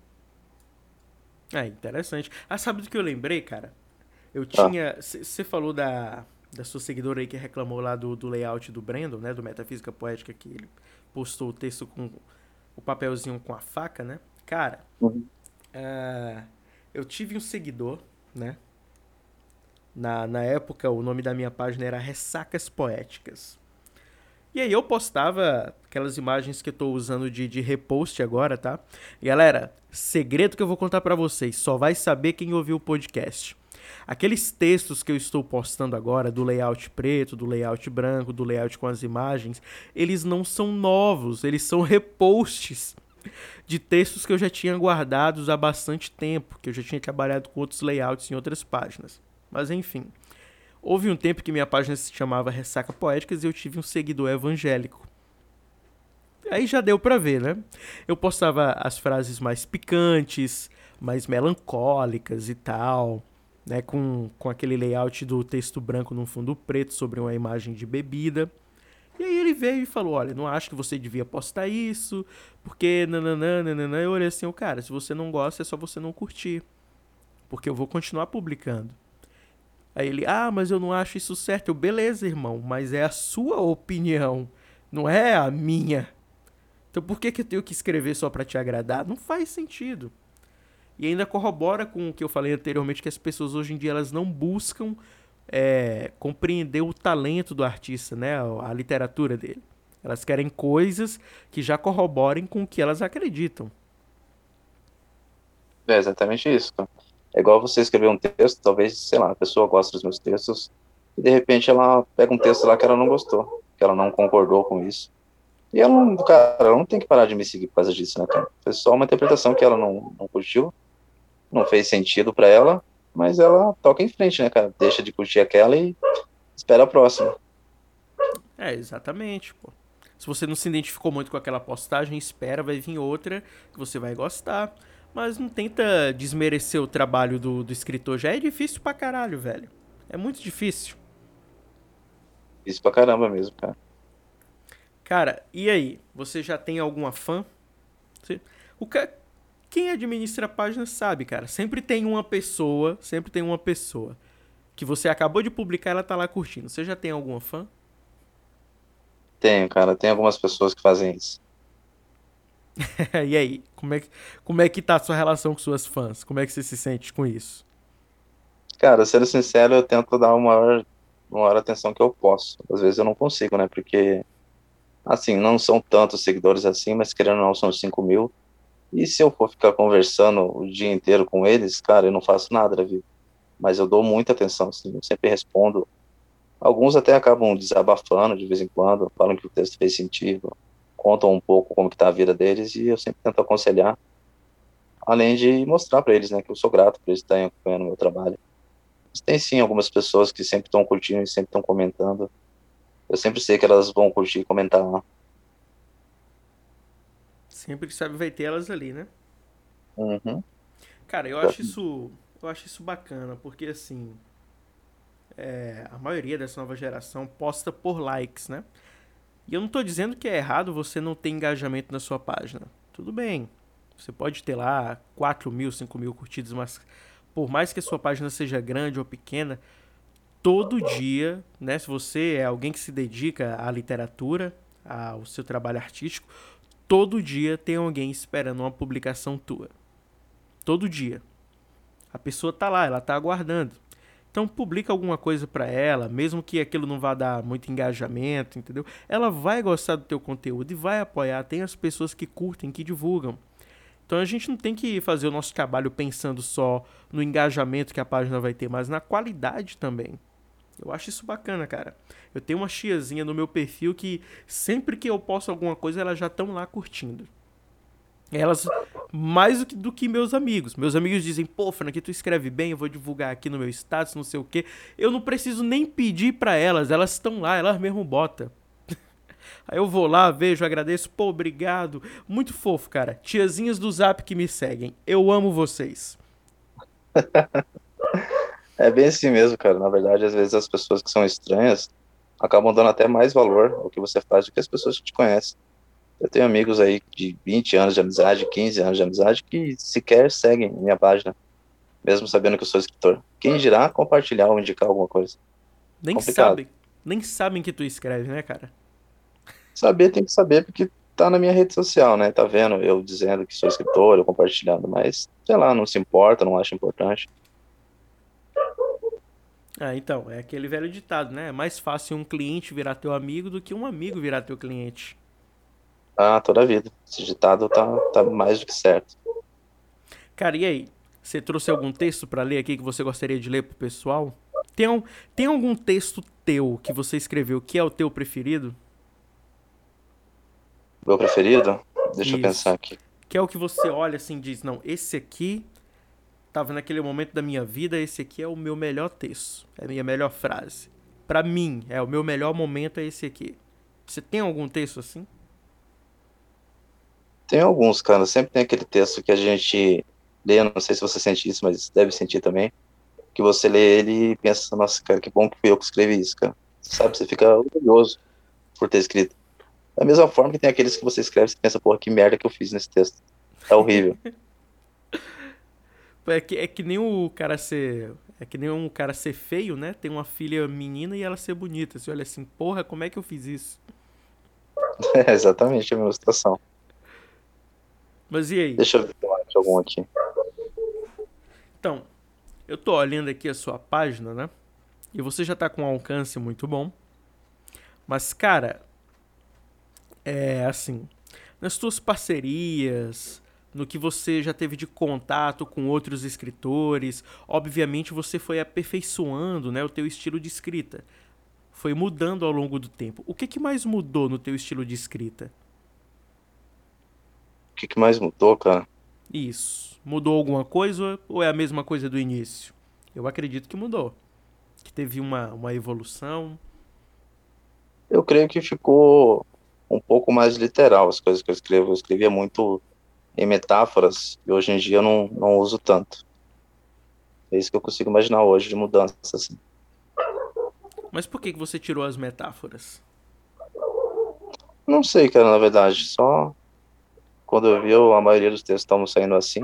Ah, interessante. Ah, sabe do que eu lembrei, cara? Eu Ah, tinha. Você falou da, da sua seguidora aí que reclamou lá do, do layout do Brandon, né? Do Metafísica Poética, que ele postou o texto com o papelzinho com a faca, né? Cara, uhum. ah, eu tive um seguidor, né? Na, na época, o nome da minha página era Ressacas Poéticas. E aí eu postava aquelas imagens que eu tô usando de, de repost agora, tá? E galera, segredo que eu vou contar pra vocês, só vai saber quem ouviu o podcast. Aqueles textos que eu estou postando agora, do layout preto, do layout branco, do layout com as imagens, eles não são novos, eles são reposts de textos que eu já tinha guardados há bastante tempo, que eu já tinha trabalhado com outros layouts em outras páginas. Mas enfim, houve um tempo que minha página se chamava Ressaca Poéticas e eu tive um seguidor evangélico. Aí já deu pra ver, né? Eu postava as frases mais picantes, mais melancólicas e tal, né? Com, com aquele layout do texto branco num fundo preto sobre uma imagem de bebida. E aí ele veio e falou, olha, não acho que você devia postar isso, porque nananã, nananã. Eu olhei assim, cara, se você não gosta é só você não curtir, porque eu vou continuar publicando. Aí ele, ah, mas eu não acho isso certo. Eu, beleza, irmão, mas é a sua opinião, não é a minha. Então por que, que eu tenho que escrever só pra te agradar? Não faz sentido. E ainda corrobora com o que eu falei anteriormente, que as pessoas hoje em dia elas não buscam é, compreender o talento do artista, né? A literatura dele. Elas querem coisas que já corroborem com o que elas acreditam. É exatamente isso, cara. É igual você escrever um texto, talvez, sei lá, a pessoa gosta dos meus textos, e de repente ela pega um texto lá que ela não gostou, que ela não concordou com isso. E ela não, cara, ela não tem que parar de me seguir por causa disso, né, cara? Foi só uma interpretação que ela não, não curtiu, não fez sentido pra ela, mas ela toca em frente, né, cara? Deixa de curtir aquela e espera a próxima. É, exatamente, pô. Se você não se identificou muito com aquela postagem, espera, vai vir outra que você vai gostar. Mas não tenta desmerecer o trabalho do, do escritor. Já é difícil pra caralho, velho. É muito difícil. Isso pra caramba mesmo, cara. Cara, e aí? Você já tem alguma fã? Você- O ca... Quem administra a página sabe, cara. Sempre tem uma pessoa, sempre tem uma pessoa que você acabou de publicar, ela tá lá curtindo. Você já tem alguma fã? Tenho, cara, tem algumas pessoas que fazem isso. E aí? Como é, que, como é que tá a sua relação com suas fãs? Como é que você se sente com isso? Cara, sendo sincero, eu tento dar uma maior, uma maior atenção que eu posso. Às vezes eu não consigo, né? Porque, assim, não são tantos seguidores assim, mas querendo ou não, são cinco mil. E se eu for ficar conversando o dia inteiro com eles, cara, eu não faço nada da vida. Mas eu dou muita atenção, assim, eu sempre respondo. Alguns até acabam desabafando de vez em quando, falam que o texto fez sentido, contam um pouco como que tá a vida deles e eu sempre tento aconselhar, além de mostrar para eles, né, que eu sou grato por eles estarem acompanhando o meu trabalho. Mas tem sim algumas pessoas que sempre estão curtindo e sempre estão comentando. Eu sempre sei que elas vão curtir e comentar lá. Sempre que sabe vai ter elas ali, né? Uhum. Cara, eu acho isso, eu acho isso bacana, porque assim, é, a maioria dessa nova geração posta por likes, né? E eu não tô dizendo que é errado você não ter engajamento na sua página. Tudo bem. Você pode ter lá quatro mil, cinco mil curtidas, mas por mais que a sua página seja grande ou pequena, todo dia, né? Se você é alguém que se dedica à literatura, ao seu trabalho artístico, todo dia tem alguém esperando uma publicação tua. Todo dia. A pessoa tá lá, ela tá aguardando. Então publica alguma coisa para ela, mesmo que aquilo não vá dar muito engajamento, entendeu? Ela vai gostar do teu conteúdo e vai apoiar. Tem as pessoas que curtem, que divulgam. Então a gente não tem que fazer o nosso trabalho pensando só no engajamento que a página vai ter, mas na qualidade também. Eu acho isso bacana, cara. Eu tenho uma tiazinha no meu perfil que sempre que eu posto alguma coisa, elas já estão lá curtindo. Elas, mais do que, do que meus amigos. Meus amigos dizem, pô, Fran, que tu escreve bem, eu vou divulgar aqui no meu status, não sei o quê. Eu não preciso nem pedir pra elas, elas estão lá, elas mesmo botam. Aí eu vou lá, vejo, agradeço, pô, obrigado. Muito fofo, cara. Tiazinhas do Zap que me seguem. Eu amo vocês. É bem assim mesmo, cara. Na verdade, às vezes as pessoas que são estranhas acabam dando até mais valor ao que você faz do que as pessoas que te conhecem. Eu tenho amigos aí de vinte anos de amizade, quinze anos de amizade, que sequer seguem minha página, mesmo sabendo que eu sou escritor. Quem dirá compartilhar ou indicar alguma coisa? Nem Complicado. sabem, nem sabem que tu escreve, né, cara? Saber tem que saber porque tá na minha rede social, né? Tá vendo eu dizendo que sou escritor, eu compartilhando, mas sei lá, não se importa, não acho importante. Ah, então, é aquele velho ditado, né? É mais fácil um cliente virar teu amigo do que um amigo virar teu cliente. Ah, toda a vida. Esse ditado tá, tá mais do que certo. Cara, e aí? Você trouxe algum texto pra ler aqui que você gostaria de ler pro pessoal? Tem, um, tem algum texto teu que você escreveu que é o teu preferido? Meu preferido? Deixa eu pensar Isso. aqui. Que é o que você olha assim e diz, não, esse aqui tava naquele momento da minha vida, esse aqui é o meu melhor texto, é a minha melhor frase. Pra mim, é o meu melhor momento é esse aqui. Você tem algum texto assim? Tem alguns, cara. Sempre tem aquele texto que a gente lê, não sei se você sente isso, mas deve sentir também. Que você lê ele e pensa, nossa, cara, que bom que fui eu que escrevi isso, cara. Sabe, você fica orgulhoso por ter escrito. Da mesma forma que tem aqueles que você escreve e você pensa, porra, que merda que eu fiz nesse texto. Tá horrível. É que, é que nem o cara ser. É que nem um cara ser feio, né? Tem uma filha menina e ela ser bonita. Você olha assim, porra, como é que eu fiz isso? É exatamente a mesma situação. Mas e aí? Deixa eu ver se eu acho algum aqui. Então, eu tô olhando aqui a sua página, né? E você já tá com um alcance muito bom. Mas, cara, é assim. Nas suas parcerias, no que você já teve de contato com outros escritores, obviamente você foi aperfeiçoando, né, o teu estilo de escrita. Foi mudando ao longo do tempo. O que, que mais mudou no teu estilo de escrita? O que, que mais mudou, cara? Isso. Mudou alguma coisa ou é a mesma coisa do início? Eu acredito que mudou. Que teve uma, uma evolução. Eu creio que ficou um pouco mais literal as coisas que eu escrevo. Eu escrevia muito em metáforas e hoje em dia eu não, não uso tanto. É isso que eu consigo imaginar hoje de mudança, assim. Mas por que, que você tirou as metáforas? Não sei, cara, na verdade. Só quando eu vi, eu- a maioria dos textos estavam saindo assim.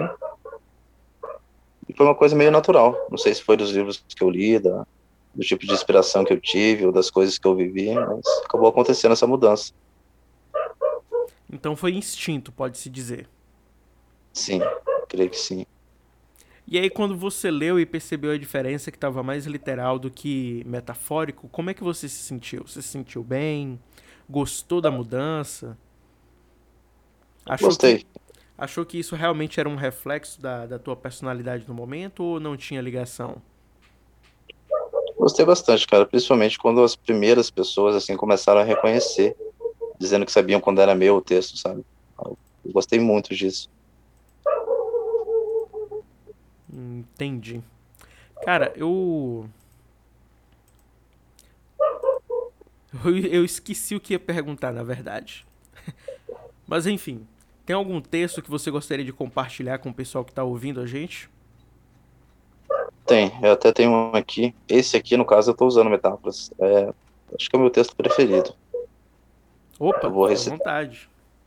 E foi uma coisa meio natural. Não sei se foi dos livros que eu li, da, do tipo de inspiração que eu tive, ou das coisas que eu vivi, mas acabou acontecendo essa mudança. Então foi instinto, pode-se dizer. Sim, creio que sim. E aí, quando você leu e percebeu a diferença que estava mais literal do que metafórico, como é que você se sentiu? Você se sentiu bem? Gostou da mudança? Achou que, Gostei. achou que isso realmente era um reflexo da, da tua personalidade no momento ou não tinha ligação? Gostei bastante, cara. Principalmente quando as primeiras pessoas, assim, começaram a reconhecer, dizendo que sabiam quando era meu o texto, sabe? Eu gostei muito disso. Entendi. Cara, eu. Eu, eu esqueci o que ia perguntar, na verdade. Mas enfim, tem algum texto que você gostaria de compartilhar com o pessoal que está ouvindo a gente? Tem, eu até tenho um aqui. Esse aqui, no caso, eu tô usando metáforas. É, acho que é o meu texto preferido. Eu Opa, vou fica à recitar. vontade.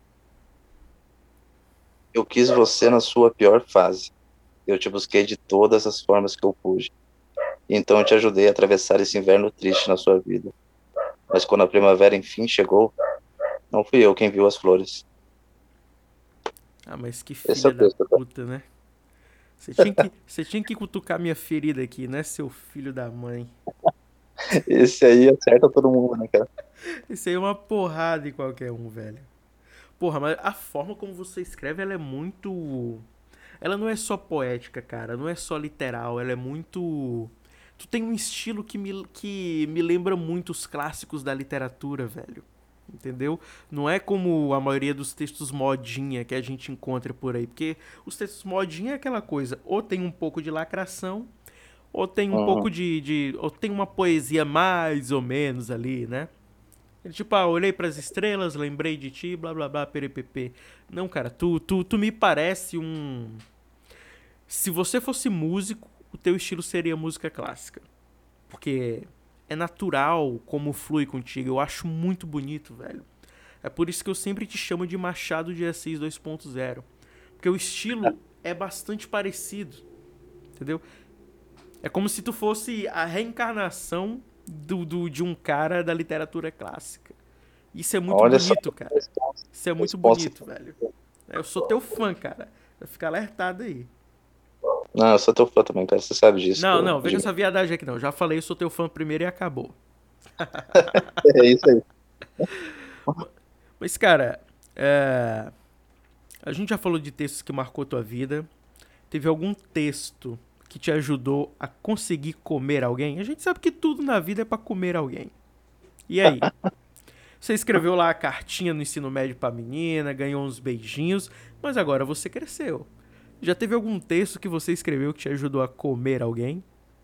Eu quis você na sua pior fase. Eu te busquei de todas as formas que eu pude. Então eu te ajudei a atravessar esse inverno triste na sua vida. Mas quando a primavera enfim chegou, não fui eu quem viu as flores. Ah, mas que Esse é filha o da texto, cara. puta, né? Você tinha que, você tinha que cutucar minha ferida aqui, né, seu filho da mãe? Esse aí acerta todo mundo, né, cara? Isso aí é uma porrada em qualquer um, velho. Porra, mas a forma como você escreve, ela é muito. Ela não é só poética, cara. Não é só literal. Ela é muito. Tu tem um estilo que me, que me lembra muito os clássicos da literatura, velho. Entendeu? Não é como a maioria dos textos modinha que a gente encontra por aí. Porque os textos modinha é aquela coisa. Ou tem um pouco de lacração, ou tem um pouco Uhum. de. de ou tem uma poesia mais ou menos ali, né? Ele, tipo, ah, olhei pras estrelas, lembrei de ti, blá blá blá, perepepê. Não, cara, tu, tu, tu me parece um. Se você fosse músico, o teu estilo seria música clássica. Porque é natural como flui contigo. Eu acho muito bonito, velho. É por isso que eu sempre te chamo de Machado de Assis dois ponto zero. Porque o estilo é bastante parecido, entendeu? É como se tu fosse a reencarnação do, do, de um cara da literatura clássica. Isso é muito Olha só, bonito, cara. resposta. Isso é muito resposta. bonito, velho. Eu sou teu fã, cara. Vai ficar alertado aí. Não, eu sou teu fã também, cara. Você sabe disso. Não, Do, não, vem com de... essa viadagem aqui não. Eu já falei, eu sou teu fã primeiro e acabou. É isso aí. Mas, cara, é... a gente já falou de textos que marcou tua vida. Teve algum texto que te ajudou a conseguir comer alguém? A gente sabe que tudo na vida é pra comer alguém. E aí? Você escreveu lá a cartinha no ensino médio pra menina, ganhou uns beijinhos, mas agora você cresceu. Já teve algum texto que você escreveu que te ajudou a comer alguém?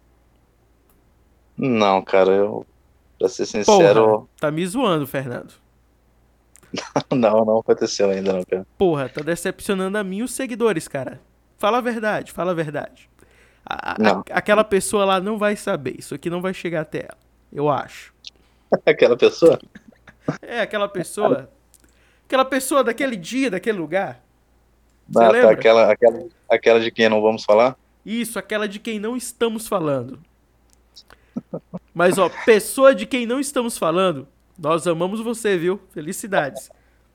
Não, cara, eu, pra ser Porra, sincero, tá me zoando, Fernando. não, não aconteceu ainda, não, cara. Porra, tá decepcionando a mim e os seguidores, cara. Fala a verdade, fala a verdade. A- a- Não. aquela pessoa lá não vai saber, isso aqui não vai chegar até ela. Eu acho. Aquela pessoa? É, aquela pessoa. Aquela pessoa daquele dia, daquele lugar. Você Ah, tá, lembra? aquela, aquela, aquela de quem não vamos falar? Isso, aquela de quem não estamos falando. Mas, ó, pessoa de quem não estamos falando, nós amamos você, viu? Felicidades.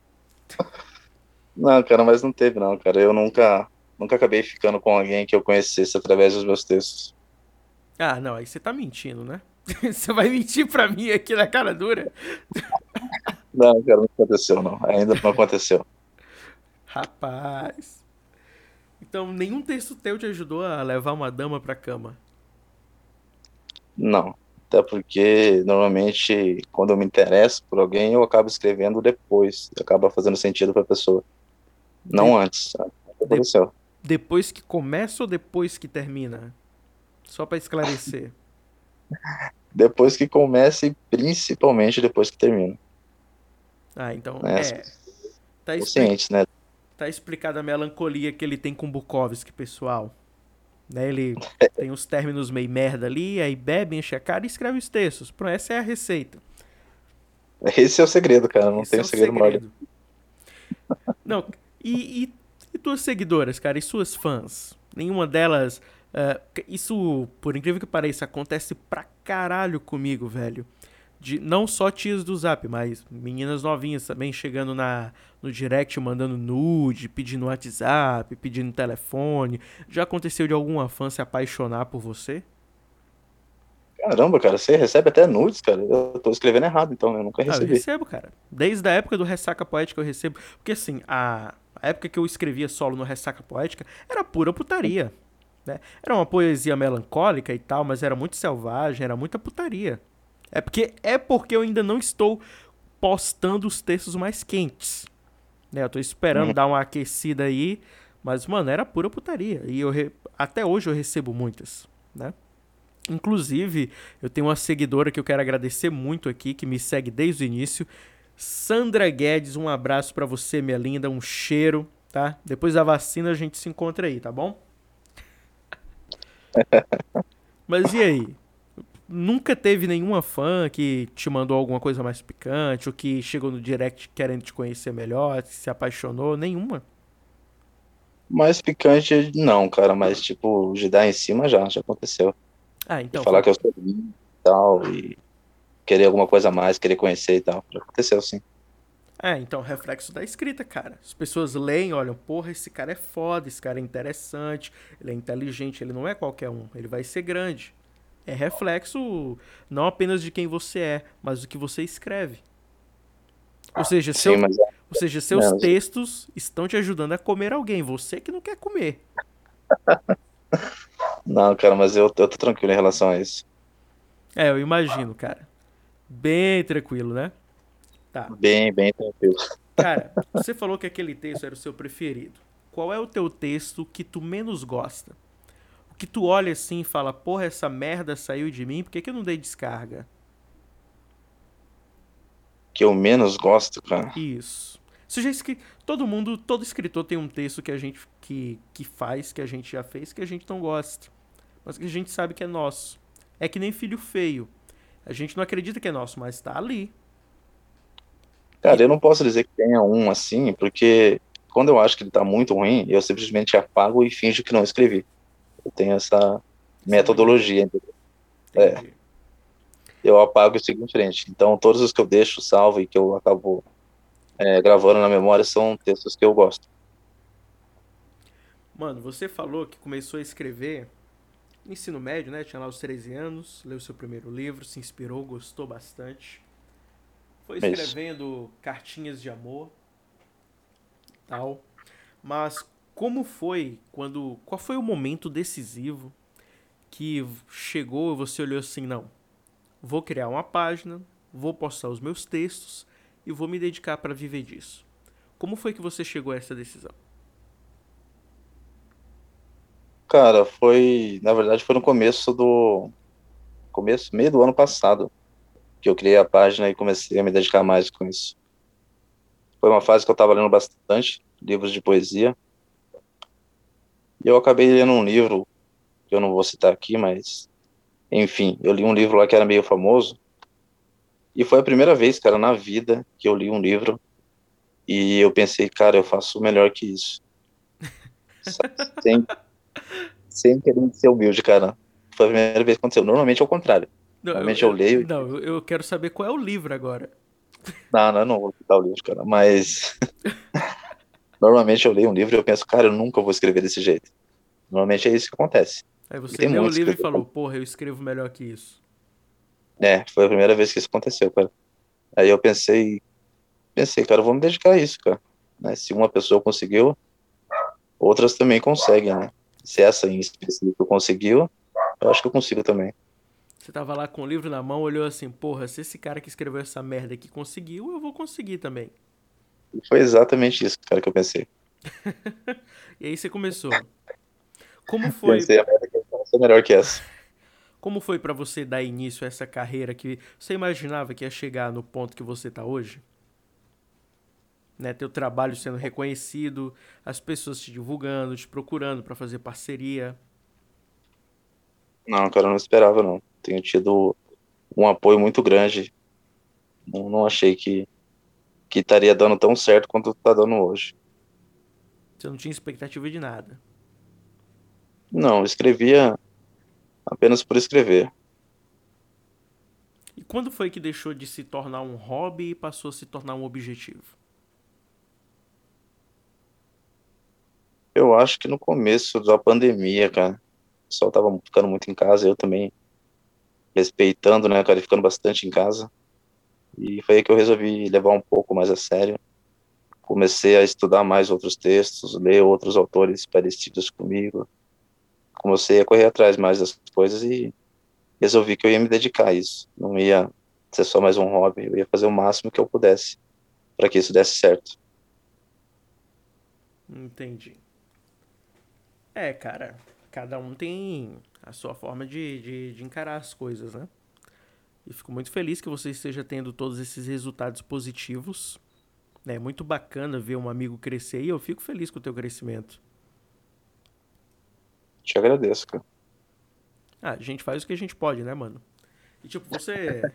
Não, cara, mas não teve não, cara. Eu nunca, nunca acabei ficando com alguém que eu conhecesse através dos meus textos. Ah, não, aí você tá mentindo, né? Você vai mentir pra mim aqui na cara dura? Não, cara, não aconteceu não. Ainda não aconteceu. Rapaz. Então, nenhum texto teu te ajudou a levar uma dama pra cama. Não. Até porque normalmente quando eu me interesso por alguém, eu acabo escrevendo depois. Acaba fazendo sentido pra pessoa. De, Não antes, sabe? de- Aconteceu. depois que começa ou depois que termina? Só pra esclarecer. Depois que começa e principalmente depois que termina. Ah, então, Né? As é. pessoas Tá, estão expli cientes, né? tá explicada a melancolia que ele tem com Bukowski, pessoal. Né, ele tem os términos meio merda ali, aí bebe, enche a cara e escreve os textos. Pronto, essa é a receita. Esse é o segredo, cara. Não Esse tem é o segredo maior. segredo. Não, e, e, e tuas seguidoras, cara, e suas fãs? Nenhuma delas. Uh, isso, por incrível que pareça, acontece pra caralho comigo, velho. De, não só tias do Zap, mas meninas novinhas também chegando na, no direct, mandando nude, pedindo WhatsApp, pedindo telefone. Já aconteceu de alguma fã se apaixonar por você? Caramba, cara, você recebe até nudes, cara. Eu tô escrevendo errado, então, né? Eu nunca Ah, eu recebi. recebo, cara. Desde a época do Ressaca Poética eu recebo. Porque assim, a, a época que eu escrevia solo no Ressaca Poética era pura putaria. Né? Era uma poesia melancólica e tal, mas era muito selvagem, era muita putaria. É porque é porque eu ainda não estou postando os textos mais quentes. Né? Eu tô esperando Uhum. dar uma aquecida aí, mas mano, era pura putaria. E eu re... até hoje eu recebo muitas, né? Inclusive, eu tenho uma seguidora que eu quero agradecer muito aqui, que me segue desde o início. Sandra Guedes, um abraço pra você, minha linda, um cheiro, tá? Depois da vacina a gente se encontra aí, tá bom? Mas e aí? Nunca teve nenhuma fã que te mandou alguma coisa mais picante, ou que chegou no direct querendo te conhecer melhor, que se apaixonou? Nenhuma. Mais picante, não, cara, mas tipo, de dar em cima já, já aconteceu. Ah, De então foi. falar que eu sou lindo e tal, e querer alguma coisa a mais, querer conhecer e tal. Já aconteceu, sim. É, então, reflexo da escrita, cara. As pessoas leem, olham, porra, esse cara é foda, esse cara é interessante, ele é inteligente, ele não é qualquer um, ele vai ser grande. É reflexo não apenas de quem você é, mas do que você escreve. Ou seja, seu, Sim, mas ou seja, é seus menos. textos estão te ajudando a comer alguém, você que não quer comer. Não, cara, mas eu, eu tô tranquilo em relação a isso. É, eu imagino, cara. Bem tranquilo, né? Tá. Bem, bem tranquilo. Cara, você falou que aquele texto era o seu preferido. Qual é o teu texto que tu menos gosta? O que tu olha assim e fala, porra, essa merda saiu de mim, por que, que eu não dei descarga? Que eu menos gosto, cara. Isso. Você já escre... Todo mundo, todo escritor tem um texto que a gente que, que faz, que a gente já fez, que a gente não gosta. Mas que a gente sabe que é nosso. É que nem filho feio. A gente não acredita que é nosso, mas tá ali. E Cara, eu não posso dizer que tenha um assim, porque quando eu acho que ele tá muito ruim, eu simplesmente apago e finjo que não escrevi. Eu tenho essa essa mania. metodologia, entendeu? É, Entendi. eu apago e sigo em frente. Então, todos os que eu deixo salvo e que eu acabo é, gravando na memória são textos que eu gosto. Mano, você falou que começou a escrever no ensino médio, né? Tinha lá os treze anos, leu seu primeiro livro, se inspirou, gostou bastante. Foi É isso. escrevendo cartinhas de amor, tal. Mas como foi quando, qual foi o momento decisivo que chegou e você olhou assim, não, vou criar uma página, vou postar os meus textos e vou me dedicar para viver disso. Como foi que você chegou a essa decisão? Cara, foi, na verdade, foi no começo do, começo, meio do ano passado, que eu criei a página e comecei a me dedicar mais com isso. Foi uma fase que eu estava lendo bastante livros de poesia, e eu acabei lendo um livro, que eu não vou citar aqui, mas, enfim, eu li um livro lá que era meio famoso, e foi a primeira vez, cara, na vida que eu li um livro, e eu pensei, cara, eu faço melhor que isso. Sem, sem querer ser humilde, cara. Foi a primeira vez que aconteceu. Normalmente é o contrário. Não, eu, Normalmente eu eu- leio. não, eu eu quero saber qual é o livro agora. Não, não, eu não vou citar o livro, cara. Mas normalmente eu leio um livro e eu penso, cara, eu nunca vou escrever desse jeito. Normalmente é isso que acontece. Aí E você tem leu o muitos livro e escritores. falou, porra, eu escrevo melhor que isso. É, foi a primeira vez que isso aconteceu, cara. Aí eu pensei, pensei, cara, eu vou me dedicar a isso, cara. Né? Se uma pessoa conseguiu, outras também conseguem, né? Se essa em específico conseguiu, eu acho que eu consigo também. Você tava lá com o livro na mão, olhou assim, porra, se esse cara que escreveu essa merda aqui conseguiu, eu vou conseguir também. E foi exatamente isso, cara, que eu pensei. E aí você começou. Como foi, Pensei, a merda que eu faço é melhor que essa. como foi para você dar início a essa carreira que você imaginava que ia chegar no ponto que você tá hoje? Né, teu trabalho sendo reconhecido, as pessoas te divulgando, te procurando para fazer parceria. Não, cara, eu não esperava, não. Tenho tido um apoio muito grande. Não, não achei que, que estaria dando tão certo quanto tá dando hoje. Você não tinha expectativa de nada. Não, eu escrevia apenas por escrever. E quando foi que deixou de se tornar um hobby e passou a se tornar um objetivo? Eu acho que no começo da pandemia, cara, o pessoal tava ficando muito em casa, eu também respeitando, né, cara, e ficando bastante em casa. E foi aí que eu resolvi levar um pouco mais a sério. Comecei a estudar mais outros textos, ler outros autores parecidos comigo. Comecei a correr atrás mais das coisas e resolvi que eu ia me dedicar a isso. Não ia ser só mais um hobby, eu ia fazer o máximo que eu pudesse para que isso desse certo. Entendi. É, cara, cada um tem a sua forma de, de, de encarar as coisas, né? E fico muito feliz que você esteja tendo todos esses resultados positivos. É muito bacana ver um amigo crescer e eu fico feliz com o teu crescimento. Te agradeço, cara. Ah, a gente faz o que a gente pode, né, mano? E tipo, você.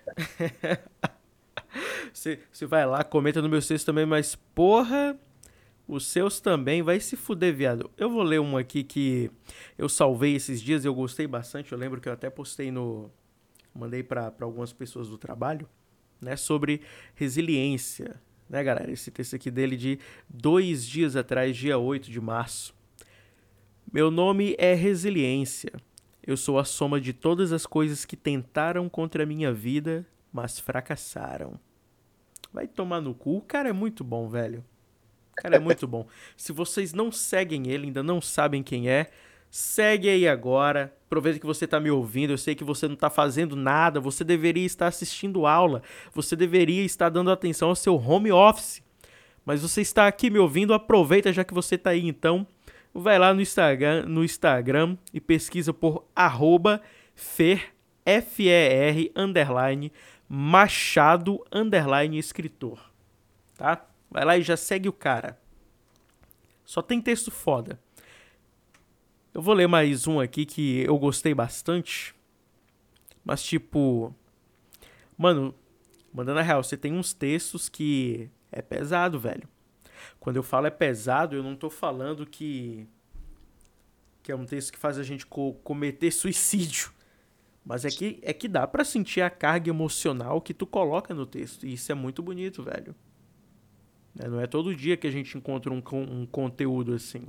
você, você vai lá, comenta no meu texto também, mas porra, os seus também, vai se fuder, viado. Eu vou ler um aqui que eu salvei esses dias e eu gostei bastante. Eu lembro que eu até postei no. Mandei pra pra algumas pessoas do trabalho, né? Sobre resiliência, né, galera? Esse texto aqui dele de dois dias atrás, dia oito de março. Meu nome é Resiliência. Eu sou a soma de todas as coisas que tentaram contra a minha vida, mas fracassaram. Vai tomar no cu. O cara é muito bom, velho. O cara é muito bom. Se vocês não seguem ele, ainda não sabem quem é, segue aí agora. Aproveita que você está me ouvindo. Eu sei que você não está fazendo nada. Você deveria estar assistindo aula. Você deveria estar dando atenção ao seu home office. Mas você está aqui me ouvindo. Aproveita já que você está aí, então. Vai lá no Instagram, no Instagram e pesquisa por arroba fer, F E R, underline, Machado, underline, escritor. Tá? Vai lá e já segue o cara. Só tem texto foda. Eu vou ler mais um aqui que eu gostei bastante. Mas tipo... Mano, mandando a real, você tem uns textos que é pesado, velho. Quando eu falo é pesado, eu não tô falando que... Que é um texto que faz a gente co cometer suicídio. Mas é que, é que dá pra sentir a carga emocional que tu coloca no texto. E isso é muito bonito, velho. Não é todo dia que a gente encontra um, um conteúdo assim.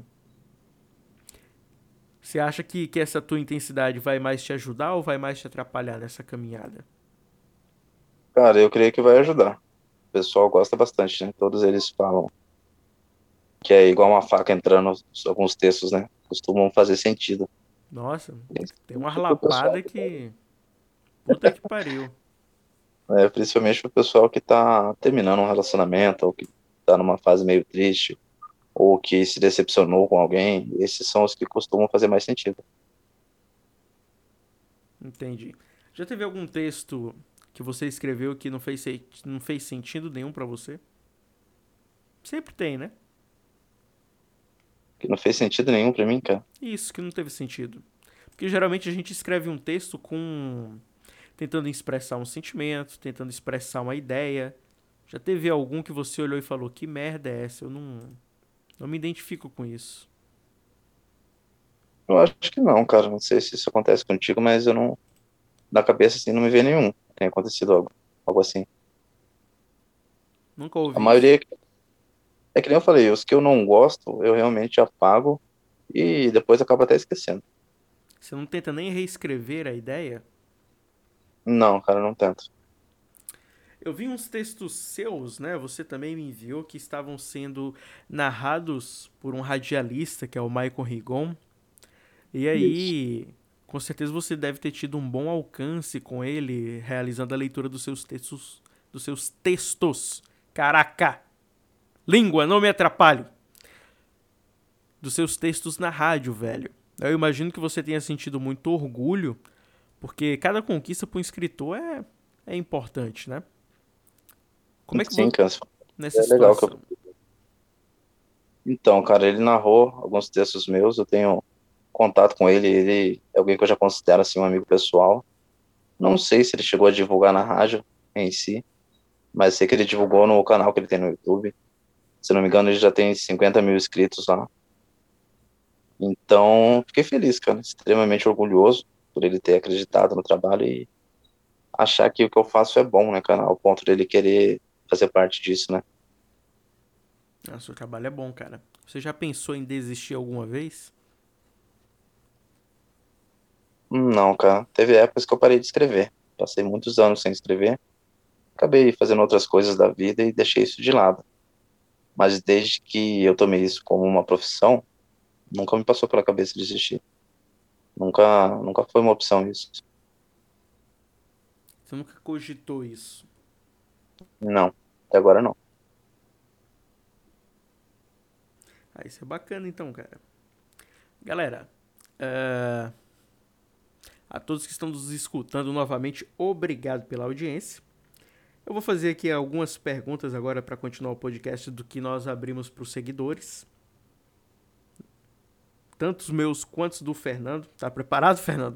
Você acha que, que essa tua intensidade vai mais te ajudar ou vai mais te atrapalhar nessa caminhada? Cara, eu creio que vai ajudar. O pessoal gosta bastante, né? Todos eles falam que é igual uma faca entrando em alguns textos, né? Costumam fazer sentido. Nossa, tem uma O pessoal, lapada que. Puta que pariu. é, principalmente pro pessoal que tá terminando um relacionamento, ou que tá numa fase meio triste, ou que se decepcionou com alguém, esses são os que costumam fazer mais sentido. Entendi. Já teve algum texto que você escreveu que não fez, não fez sentido nenhum pra você? Sempre tem, né? Que não fez sentido nenhum pra mim, cara. Isso, que não teve sentido. Porque geralmente a gente escreve um texto com. Tentando expressar um sentimento, tentando expressar uma ideia. Já teve algum que você olhou e falou: que merda é essa? Eu não, não me identifico com isso. Eu acho que não, cara. Não sei se isso acontece contigo, mas eu não. Na cabeça, assim, não me vê nenhum. Tem acontecido algo, algo assim. Nunca A ouvi isso. maioria. É que nem eu falei, os que eu não gosto, eu realmente apago e depois acabo até esquecendo. Você não tenta nem reescrever a ideia? Não, cara, não tento. Eu vi uns textos seus, né? Você também me enviou que estavam sendo narrados por um radialista, que é o Michael Rigon. E Isso. aí, com certeza você deve ter tido um bom alcance com ele, realizando a leitura dos seus textos, dos seus textos. Caraca! Língua, não me atrapalhe! Dos seus textos na rádio, velho. Eu imagino que você tenha sentido muito orgulho, porque cada conquista para um escritor é, é importante, né? Como é que Sim, você. cara, Nessa é legal que eu... situação. Então, cara, ele narrou alguns textos meus, eu tenho contato com ele, ele é alguém que eu já considero, assim, um amigo pessoal. Não sei se ele chegou a divulgar na rádio em si, mas sei que ele divulgou no canal que ele tem no YouTube. Se não me engano, ele já tem cinquenta mil inscritos lá. Então, fiquei feliz, cara, extremamente orgulhoso por ele ter acreditado no trabalho e achar que o que eu faço é bom, né, cara, ao ponto dele querer fazer parte disso, né. Ah, seu trabalho é bom, cara. Você já pensou em desistir alguma vez? Não, cara, teve épocas que eu parei de escrever. Passei muitos anos sem escrever, acabei fazendo outras coisas da vida e deixei isso de lado. Mas desde que eu tomei isso como uma profissão, nunca me passou pela cabeça desistir. Nunca, nunca foi uma opção isso. Você nunca cogitou isso. Não, até agora não. Ah, isso é bacana então, cara. Galera, é, a todos que estão nos escutando novamente, obrigado pela audiência. Eu vou fazer aqui algumas perguntas agora para continuar o podcast do que nós abrimos para os seguidores. Tanto os meus quanto os do Fernando. Tá preparado, Fernando?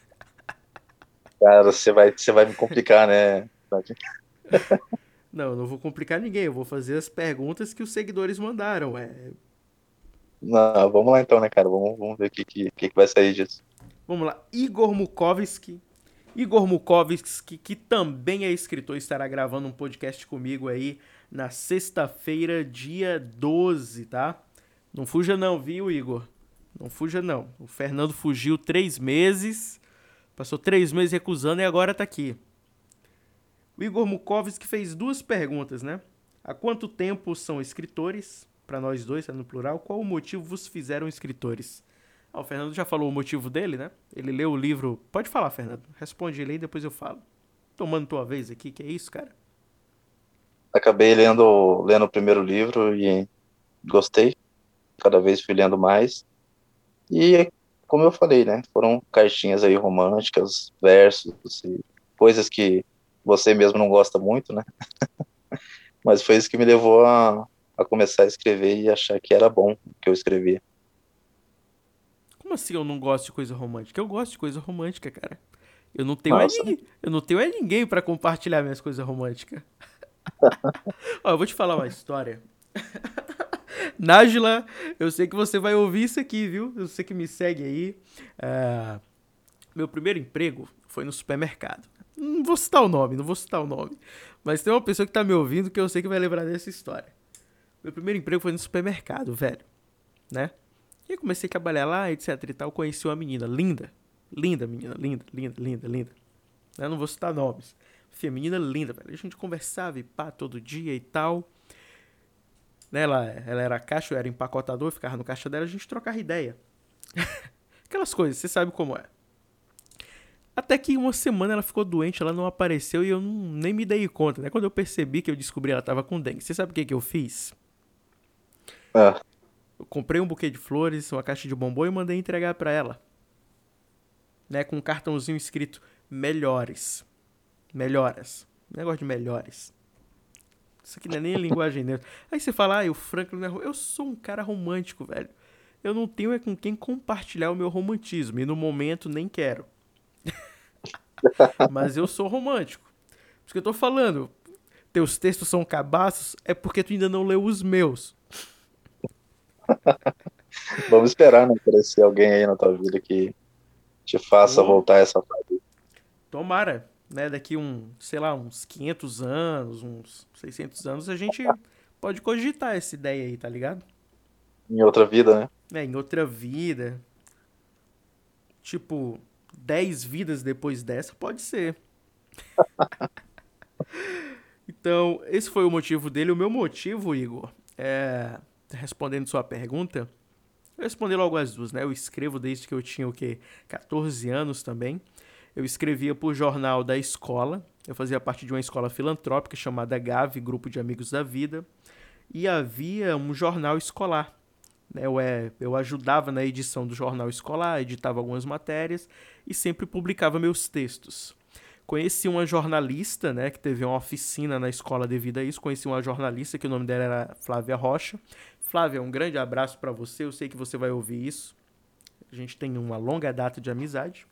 Cara, você vai, você vai me complicar, né? Não, eu não vou complicar ninguém. Eu vou fazer as perguntas que os seguidores mandaram. É, Não, vamos lá então, né, cara? Vamos, vamos ver o que, que, que que vai sair disso. vamos lá. Igor Mukovski. Igor Mukovski, que também é escritor, estará gravando um podcast comigo aí na sexta-feira, dia doze, tá? Não fuja não, viu, Igor? Não fuja não. O Fernando fugiu três meses, passou três meses recusando e agora tá aqui. O Igor Mukovski fez duas perguntas, né? Há quanto tempo são escritores? Para nós dois, tá no plural. Qual o motivo vos fizeram escritores? Ah, o Fernando já falou o motivo dele, né? Ele leu o livro. Pode falar, Fernando. Responde ele aí, depois eu falo. Tomando tua vez aqui, que é isso, cara? Acabei lendo, lendo o primeiro livro e gostei. Cada vez fui lendo mais. E, como eu falei, né? Foram cartinhas aí românticas, versos e coisas que você mesmo não gosta muito, né? Mas foi isso que me levou a, a começar a escrever e achar que era bom o que eu escrevia. Como assim eu não gosto de coisa romântica? Eu gosto de coisa romântica, cara. Eu não tenho é Nossa, ninguém, eu não tenho é ninguém para compartilhar minhas coisas românticas. Ó, eu vou te falar uma história. Nájila, eu sei que você vai ouvir isso aqui, viu? Eu sei que me segue aí. É, meu primeiro emprego foi no supermercado. Não vou citar o nome, não vou citar o nome. Mas tem uma pessoa que tá me ouvindo que eu sei que vai lembrar dessa história. Meu primeiro emprego foi no supermercado, velho, né? E eu comecei a trabalhar lá, etc e tal. Conheci uma menina linda. Linda, menina, linda, linda, linda, linda. Eu não vou citar nomes. Enfim, menina linda, velho. A gente conversava e pá todo dia e tal. Né, ela, ela era caixa, eu era empacotador, eu ficava no caixa dela, a gente trocava ideia. Aquelas coisas, você sabe como é. Até que uma semana ela ficou doente, ela não apareceu e eu não, nem me dei conta, né? Quando eu percebi que eu descobri que ela tava com dengue. Você sabe o que, que eu fiz? é, Eu comprei um buquê de flores, uma caixa de bombom e mandei entregar pra ela. Né? Com um cartãozinho escrito melhores. Melhoras. Negócio de melhores. Isso aqui não é nem linguagem neutra. Aí você fala, ah, o Franklin não é ro-" Eu sou um cara romântico, velho. Eu não tenho é com quem compartilhar o meu romantismo. E no momento nem quero. Mas eu sou romântico. Por isso que eu tô falando. Teus textos são cabaços, é porque tu ainda não leu os meus. Vamos esperar, né? Aparecer alguém aí na tua vida que te faça Pô, voltar a essa fase. tomara, né? Daqui um, sei lá, uns quinhentos anos, uns seiscentos anos, a gente pode cogitar essa ideia aí, tá ligado? Em outra vida, né? É, em outra vida, tipo, dez vidas depois dessa, pode ser. Então, esse foi o motivo dele. O meu motivo, Igor, é. Respondendo sua pergunta, eu respondi logo as duas, né? Eu escrevo desde que eu tinha o quê? catorze anos também. Eu escrevia por jornal da escola. Eu fazia parte de uma escola filantrópica chamada GAV, Grupo de Amigos da Vida. E havia um jornal escolar. Né? Eu, é, eu ajudava na edição do jornal escolar, editava algumas matérias e sempre publicava meus textos. Conheci uma jornalista, né, que teve uma oficina na escola devido a isso. Conheci uma jornalista que o nome dela era Flávia Rocha. Flávia, um grande abraço para você. Eu sei que você vai ouvir isso. A gente tem uma longa data de amizade.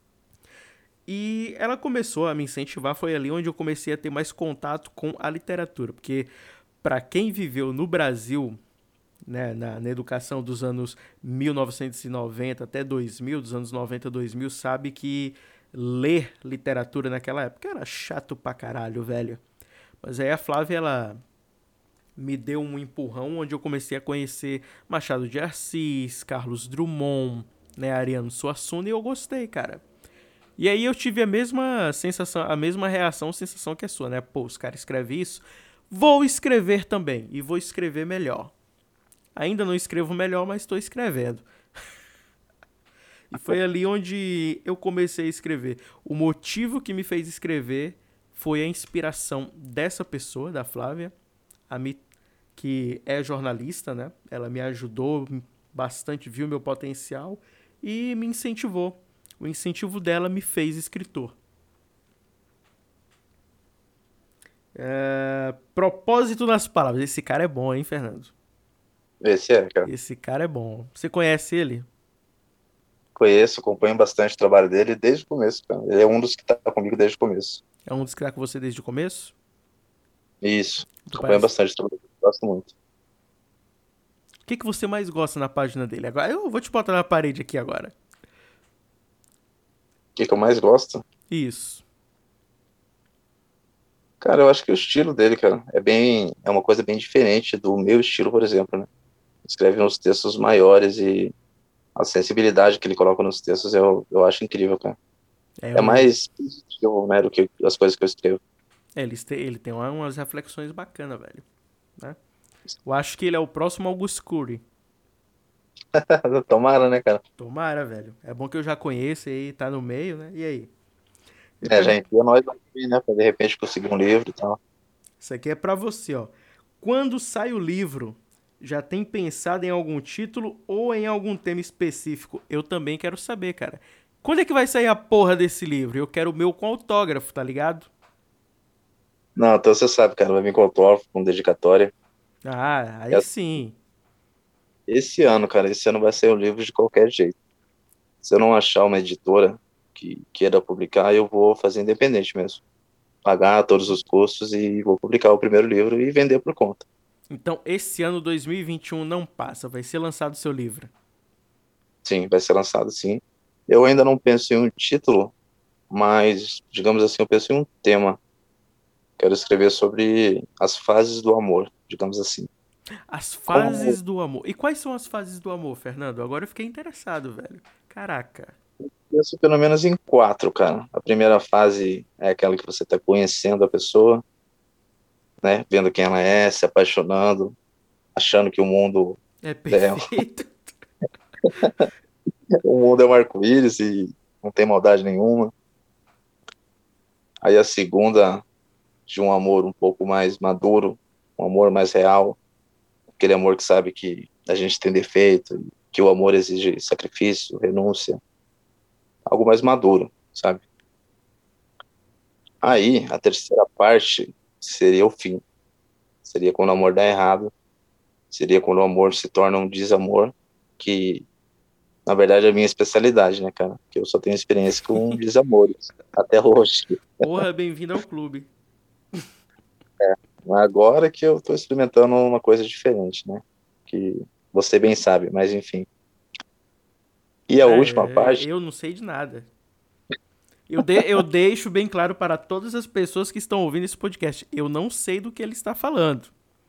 E ela começou a me incentivar. Foi ali onde eu comecei a ter mais contato com a literatura. Porque, para quem viveu no Brasil, né, na, na educação dos anos mil novecentos e noventa até dois mil, dos anos noventa a dois mil, sabe que ler literatura naquela época era chato pra caralho, velho. Mas aí a Flávia, ela me deu um empurrão onde eu comecei a conhecer Machado de Assis, Carlos Drummond, né, Ariano Suassuna, e eu gostei, cara. E aí eu tive a mesma sensação, a mesma reação, sensação que a sua, né? Pô, os caras escrevem isso, vou escrever também, e vou escrever melhor. Ainda não escrevo melhor, mas estou escrevendo. E foi ali onde eu comecei a escrever. O motivo que me fez escrever foi a inspiração dessa pessoa, da Flávia, a me, que é jornalista, né? Ela me ajudou bastante, viu meu potencial e me incentivou. O incentivo dela me fez escritor. É, propósito nas palavras. Esse cara é bom, hein, Fernando? Esse é, cara. Esse cara é bom. Você conhece ele? Conheço, acompanho bastante o trabalho dele desde o começo, cara. Ele é um dos que tá comigo desde o começo. É um dos que tá com você desde o começo? Isso. Tu Acompanho parece. bastante o trabalho dele. Gosto muito. O que, que você mais gosta na página dele? Agora eu vou te botar na parede aqui agora. O que que eu mais gosto? Isso. Cara, eu acho que o estilo dele, cara, é bem, é uma coisa bem diferente do meu estilo, por exemplo, né? Escreve uns textos maiores e a sensibilidade que ele coloca nos textos eu, eu acho incrível, cara. É, É o, mais positivo, né, do que as coisas que eu escrevo. é, ele, tem, ele tem umas reflexões bacanas, velho. Né? Eu acho que ele é o próximo Augusto Cury. Tomara, né, cara? Tomara, velho. É bom que eu já conheço e tá no meio, né? E aí? Eu É, já pergunto, envia nós aqui, né, pra de repente conseguir um livro e tal. isso aqui é pra você, ó. Quando sai o livro, já tem pensado em algum título ou em algum tema específico? Eu também quero saber, cara. Quando é que vai sair a porra desse livro? Eu quero o meu com autógrafo, tá ligado? Não, então você sabe, cara, vai vir com autógrafo, com dedicatória. Ah, E aí assim, sim. esse ano, cara, esse ano vai sair o livro de qualquer jeito. Se eu não achar uma editora que queira publicar, eu vou fazer independente mesmo. Pagar todos os custos e vou publicar o primeiro livro e vender por conta. Então, esse ano dois mil e vinte e um não passa, vai ser lançado o seu livro. Sim, vai ser lançado sim. Eu ainda não penso em um título, mas, digamos assim, eu penso em um tema. Quero escrever sobre as fases do amor, digamos assim. As Como fases do amor. E quais são as fases do amor, Fernando? Agora eu fiquei interessado, velho. Caraca. penso pelo menos em quatro, cara. A primeira fase é aquela que você está conhecendo a pessoa, né? Vendo quem ela é, se apaixonando, achando que o mundo É é, perfeito. o mundo é um arco-íris e não tem maldade nenhuma. Aí a segunda, de um amor um pouco mais maduro, um amor mais real, aquele amor que sabe que a gente tem defeito, que o amor exige sacrifício, renúncia, algo mais maduro, sabe? Aí a terceira parte seria o fim, seria quando o amor dá errado, seria quando o amor se torna um desamor, que na verdade é a minha especialidade, né, cara? Que eu só tenho experiência com desamores até hoje. Porra, bem-vindo ao clube. Agora que eu tô experimentando uma coisa diferente, né? Que você bem sabe, mas enfim. E a última É, parte, eu não sei de nada. Eu, de, eu deixo bem claro para todas as pessoas que estão ouvindo esse podcast. Eu não sei do que ele está falando.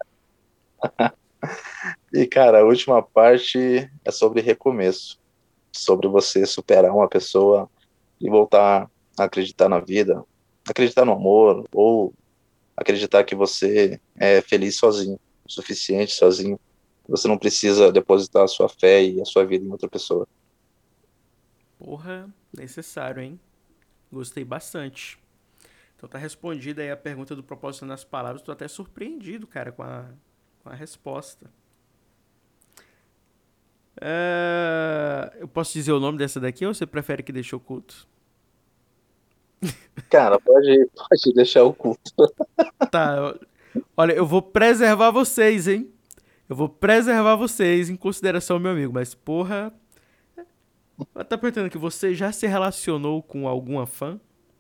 e cara, a última parte é sobre recomeço, sobre você superar uma pessoa e voltar a acreditar na vida, acreditar no amor, ou acreditar que você é feliz sozinho, o suficiente sozinho. Você não precisa depositar a sua fé e a sua vida em outra pessoa. Porra, necessário, hein? Gostei bastante. Então tá respondida aí a pergunta do propósito nas palavras. Tô até surpreendido, cara, com a, com a resposta. É, eu posso dizer o nome dessa daqui ou você prefere que deixe oculto? Cara, pode, pode deixar o culto. Tá, olha, eu vou preservar vocês, hein? Eu vou preservar vocês em consideração, meu amigo. Mas, porra, ela tá perguntando que você já se relacionou com alguma fã?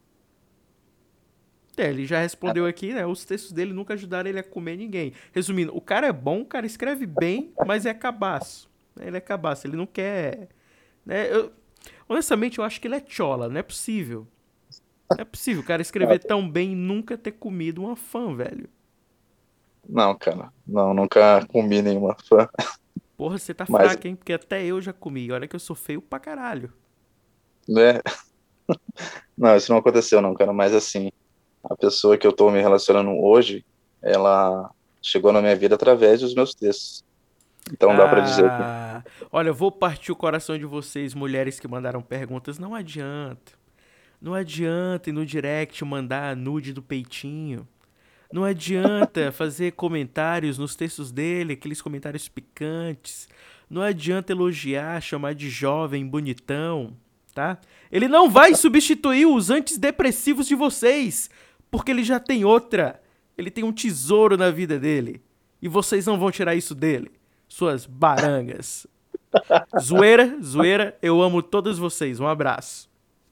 É, ele já respondeu aqui, né? Os textos dele nunca ajudaram ele a comer ninguém. Resumindo, o cara é bom, o cara escreve bem, mas é cabaço. Ele é cabaço, ele não quer. Né? Eu, honestamente, eu acho que ele é chola, não é possível. Não é possível o cara escrever tão bem e nunca ter comido uma fã, velho. Não, cara, não, nunca comi nenhuma fã, Porra, você tá mas, fraca, hein? Porque até eu já comi. Olha que eu sou feio pra caralho. né, não, isso não aconteceu não, cara, mas assim, a pessoa que eu tô me relacionando hoje, ela chegou na minha vida através dos meus textos, então dá pra dizer que, Ah, olha, eu vou partir o coração de vocês, mulheres que mandaram perguntas. Não adianta. Não adianta ir no direct mandar nude do peitinho. Não adianta fazer comentários nos textos dele, aqueles comentários picantes. Não adianta elogiar, chamar de jovem, bonitão, tá? Ele não vai substituir os antidepressivos de vocês, porque ele já tem outra. Ele tem um tesouro na vida dele. E vocês não vão tirar isso dele. Suas barangas. Zoeira, zoeira, eu amo todas vocês. Um abraço.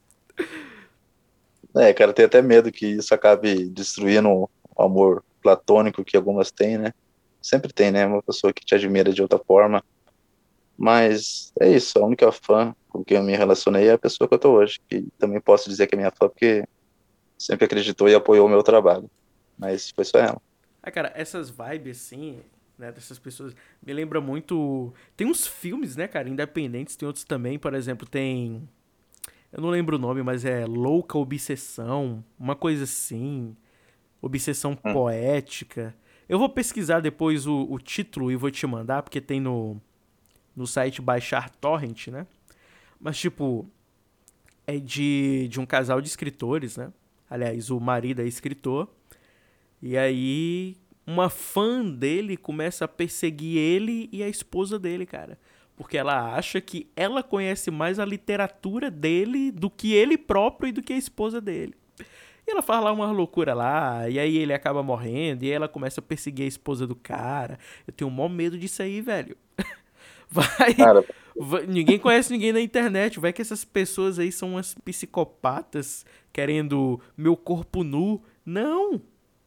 é, cara, tem até medo que isso acabe destruindo o amor platônico que algumas têm, né, sempre tem, né, uma pessoa que te admira de outra forma, mas é isso, a única fã com quem eu me relacionei é a pessoa que eu tô hoje, que também posso dizer que é minha fã porque sempre acreditou e apoiou o meu trabalho, mas foi só ela. Ah, cara, essas vibes assim, né, dessas pessoas, me lembra muito. Tem uns filmes, né, cara, independentes, tem outros também, por exemplo, tem. Eu não lembro o nome, mas é Louca Obsessão, uma coisa assim. Obsessão Hum. poética. Eu vou pesquisar depois o, o título e vou te mandar, porque tem no, no site Baixar Torrent, né? Mas, tipo, é de, de um casal de escritores, né? Aliás, o marido é escritor. E aí, uma fã dele começa a perseguir ele e a esposa dele, cara. Porque ela acha que ela conhece mais a literatura dele do que ele próprio e do que a esposa dele. E ela faz lá uma loucura lá, e aí ele acaba morrendo, e aí ela começa a perseguir a esposa do cara. Eu tenho o maior medo disso aí, velho. Vai, Cara, vai. Ninguém conhece ninguém na internet. Vai que essas pessoas aí são umas psicopatas querendo meu corpo nu. Não!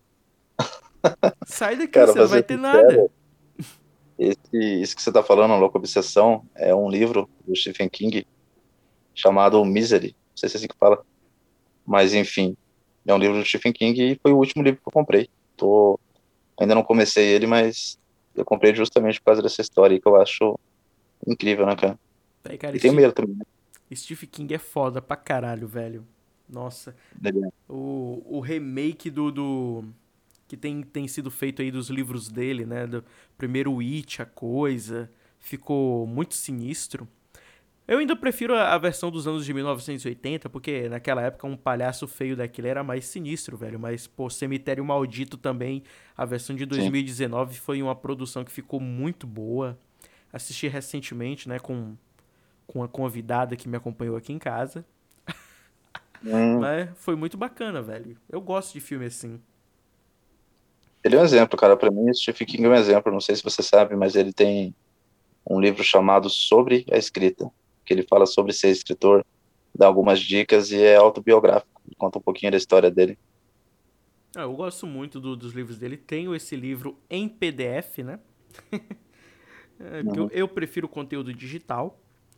Sai daqui, cara, você não pra vai ser ter nada. sincero, esse, isso que você tá falando, a Louca Obsessão, é um livro do Stephen King chamado Misery, não sei se é assim que fala, mas enfim, é um livro do Stephen King e foi o último livro que eu comprei. Tô, ainda não comecei ele, mas eu comprei justamente por causa dessa história aí que eu acho incrível, né, cara? Aí, cara, E tenho Steve, medo também, né? Steve King é foda pra caralho, velho. Nossa. Ele- O, o remake do, do. Que tem, tem sido feito aí dos livros dele, né? Do primeiro It, a coisa. Ficou muito sinistro. Eu ainda prefiro a, a versão dos anos de mil novecentos e oitenta, porque naquela época um palhaço feio daquele era mais sinistro, velho. Mas, pô, Cemitério Maldito também, a versão de Sim. dois mil e dezenove foi uma produção que ficou muito boa. Assisti recentemente, né, com, com a convidada que me acompanhou aqui em casa. Hum, Mas foi muito bacana, velho. Eu gosto de filme assim. ele é um exemplo, cara. Pra mim, o Stephen King é um exemplo. Não sei se você sabe, mas ele tem um livro chamado Sobre a Escrita, que ele fala sobre ser escritor, dá algumas dicas e é autobiográfico. Ele conta um pouquinho da história dele. Ah, eu gosto muito do- dos livros dele. Tenho esse livro em P D F, né? É, porque eu, Uhum. eu prefiro o conteúdo digital.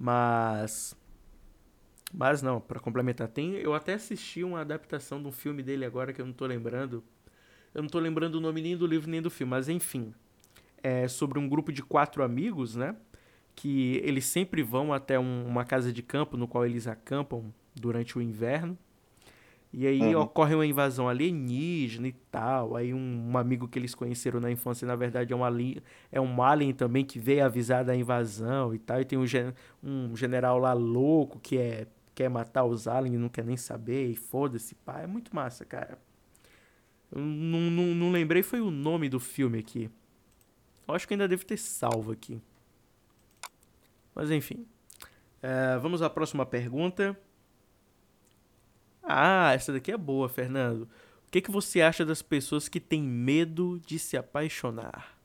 Mas... Mas não, pra complementar, tem, eu até assisti uma adaptação de um filme dele agora que eu não tô lembrando. Eu não tô lembrando o nome nem do livro nem do filme, mas enfim. É sobre um grupo de quatro amigos, né? Que eles sempre vão até um- uma casa de campo no qual eles acampam durante o inverno. E aí Uhum. ocorre uma invasão alienígena e tal. Aí um, um amigo que eles conheceram na infância, na verdade, é um, alien, é um alien também que veio avisar da invasão e tal. E tem um, gen- um general lá louco que é, quer matar os aliens e não quer nem saber. E foda-se, pá. É muito massa, cara. Eu não, não, não lembrei foi o nome do filme aqui. Eu acho que ainda devo ter salvo aqui. Mas enfim. É, vamos à próxima pergunta. Ah, essa daqui é boa, Fernando. O que, que você acha das pessoas que têm medo de se apaixonar?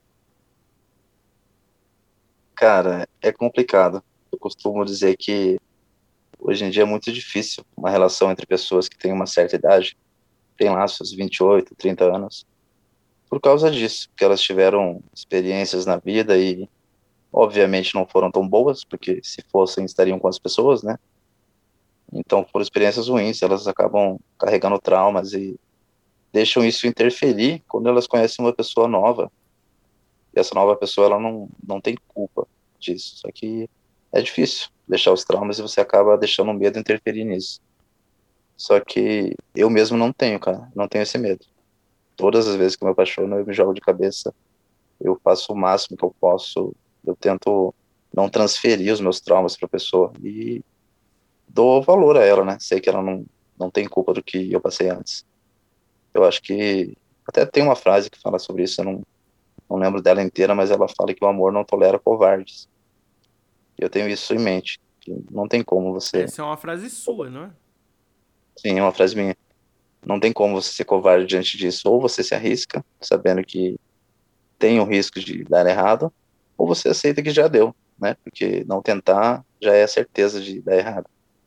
Cara, é complicado. Eu costumo dizer que hoje em dia é muito difícil uma relação entre pessoas que têm uma certa idade, tem lá seus vinte e oito, trinta anos, por causa disso, porque elas tiveram experiências na vida e, obviamente, não foram tão boas, porque se fossem, estariam com as pessoas, né? Então, por experiências ruins, elas acabam carregando traumas e deixam isso interferir quando elas conhecem uma pessoa nova. E essa nova pessoa, ela não, não tem culpa disso. Só que é difícil deixar os traumas e você acaba deixando o medo interferir nisso. Só que eu mesmo não tenho, cara. Não tenho esse medo. Todas as vezes que eu me apaixono, eu me jogo de cabeça. Eu faço o máximo que eu posso. Eu tento não transferir os meus traumas para a pessoa. E dou valor a ela, né? Sei que ela não, não tem culpa do que eu passei antes. Eu acho que até tem uma frase que fala sobre isso, eu não, não lembro dela inteira, mas ela fala que o amor não tolera covardes. Eu tenho isso em mente, que não tem como você. Essa é uma frase sua, não é? Sim, é uma frase minha. Não tem como você ser covarde diante disso. Ou você se arrisca, sabendo que tem o risco de dar errado, ou você aceita que já deu, né? Porque não tentar já é a certeza de dar errado.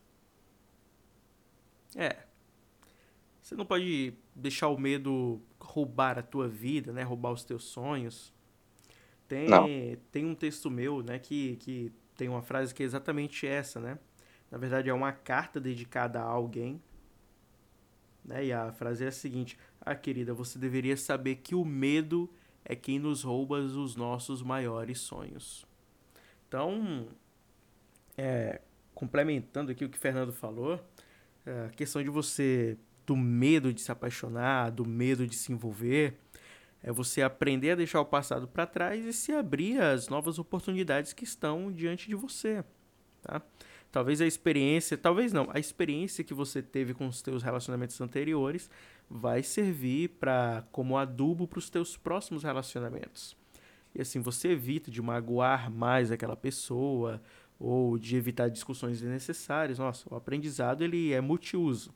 É. Você não pode deixar o medo roubar a tua vida, né? Roubar os teus sonhos. Não. Tem, tem um texto meu, né, que, que tem uma frase que é exatamente essa, né? Na verdade, é uma carta dedicada a alguém, né? E a frase é a seguinte: Ah, querida, você deveria saber que o medo é quem nos rouba os nossos maiores sonhos. Então, complementando aqui o que o Fernando falou, a questão de você, do medo de se apaixonar, do medo de se envolver, é você aprender a deixar o passado para trás e se abrir às novas oportunidades que estão diante de você, tá? Talvez a experiência, talvez não, a experiência que você teve com os teus relacionamentos anteriores vai servir para como adubo para os teus próximos relacionamentos. E assim você evita de magoar mais aquela pessoa ou de evitar discussões desnecessárias. Nossa, o aprendizado ele é multiuso.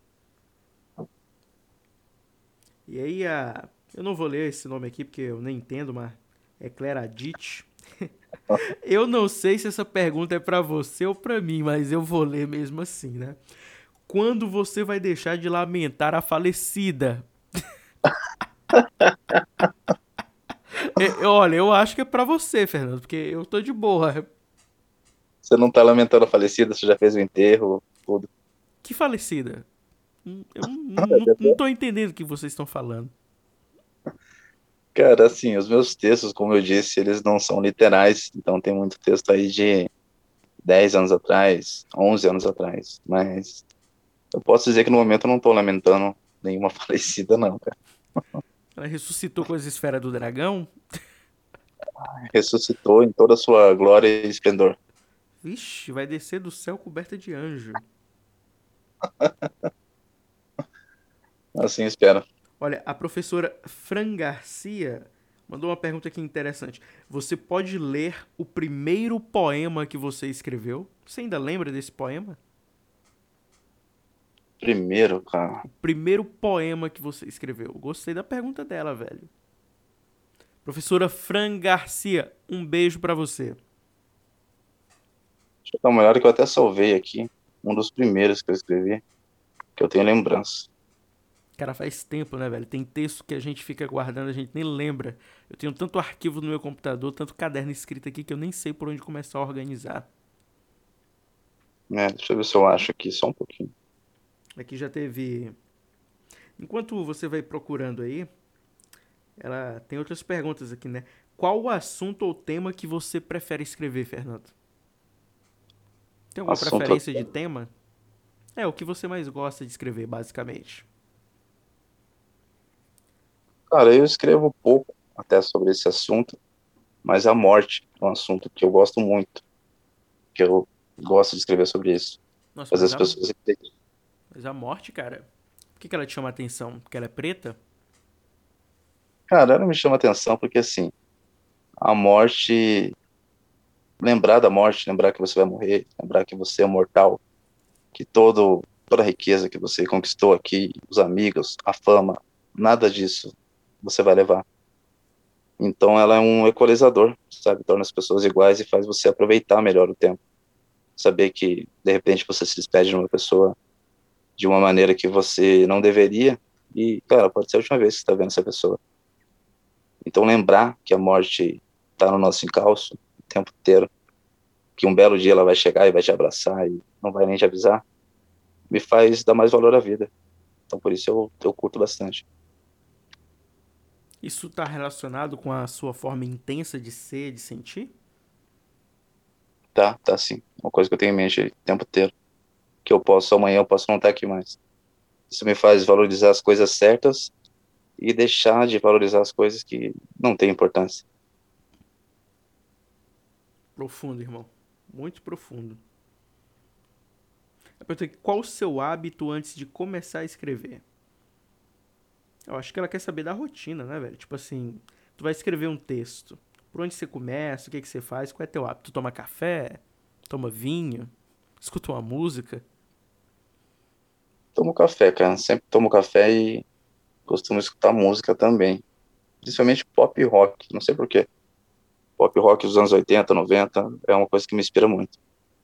E aí a eu não vou ler esse nome aqui porque eu nem entendo, mas é Clara Ditt. Eu não sei se essa pergunta é para você ou para mim, mas eu vou ler mesmo assim, né? Quando você vai deixar de lamentar a falecida? É, olha, eu acho que é pra você, Fernando, porque eu tô de boa. Você não tá lamentando a falecida, você já fez o enterro, tudo. Que falecida? Hum, Eu não, não, não tô entendendo o que vocês estão falando. Cara, assim, os meus textos, como eu disse, eles não são literais, então tem muito texto aí de dez anos atrás, onze anos atrás, mas eu posso dizer que no momento eu não tô lamentando nenhuma falecida, não, cara. Ela ressuscitou com as esferas do dragão? Ressuscitou em toda a sua glória e esplendor. Vixe, vai descer do céu coberta de anjo. Assim espero. Olha, a professora Fran Garcia mandou uma pergunta aqui interessante. Você pode ler o primeiro poema que você escreveu? Você ainda lembra desse poema? Primeiro, cara, O primeiro poema que você escreveu. Gostei da pergunta dela, velho. Professora Fran Garcia, um beijo pra você. acho que é o melhor que eu até salvei aqui, um dos primeiros que eu escrevi, que eu tenho lembrança. Cara, faz tempo, né, velho? Tem texto que a gente fica guardando, a gente nem lembra. Eu tenho tanto arquivo no meu computador, tanto caderno escrito aqui que eu nem sei por onde começar a organizar. É, deixa eu ver se eu acho aqui só um pouquinho. Aqui já teve. Enquanto você vai procurando aí, ela tem outras perguntas aqui, né? Qual o assunto ou tema que você prefere escrever, Fernando? Tem alguma Assunto. preferência de tema? É, o que você mais gosta de escrever, basicamente. Cara, eu escrevo pouco até sobre esse assunto, mas a morte é um assunto que eu gosto muito, que eu gosto de escrever sobre isso. Nossa, Fazer mas as a, pessoas entenderem. mas a morte, cara, por que, que ela te chama a atenção? Porque ela é preta? Cara, ela me chama atenção porque, assim, a morte, lembrar da morte, lembrar que você vai morrer, lembrar que você é mortal, que todo, toda a riqueza que você conquistou aqui, os amigos, a fama, nada disso você vai levar. Então ela é um equalizador, sabe? Torna as pessoas iguais e faz você aproveitar melhor o tempo. Saber que, de repente, você se despede de uma pessoa de uma maneira que você não deveria e, cara, pode ser a última vez que você está vendo essa pessoa. Então lembrar que a morte está no nosso encalço o tempo inteiro, que um belo dia ela vai chegar e vai te abraçar e não vai nem te avisar, me faz dar mais valor à vida. Então por isso eu, eu curto bastante. Isso tá relacionado com a sua forma intensa de ser, de sentir? Tá, tá sim. Uma coisa que eu tenho em mente o tempo inteiro, que eu posso, amanhã eu posso não estar aqui mais. Isso me faz valorizar as coisas certas e deixar de valorizar as coisas que não têm importância. Profundo, irmão. Muito profundo. Eu perguntei qual o seu hábito antes de começar a escrever? Eu acho que ela quer saber da rotina, né, velho? Tipo assim, tu vai escrever um texto. Por onde você começa? O que, que você faz? Qual é teu hábito? Tu toma café? Toma vinho? Escuta uma música? Tomo café, cara. Sempre tomo café e costumo escutar música também. Principalmente pop e rock. Não sei por quê. Pop rock dos anos oitenta, noventa é uma coisa que me inspira muito.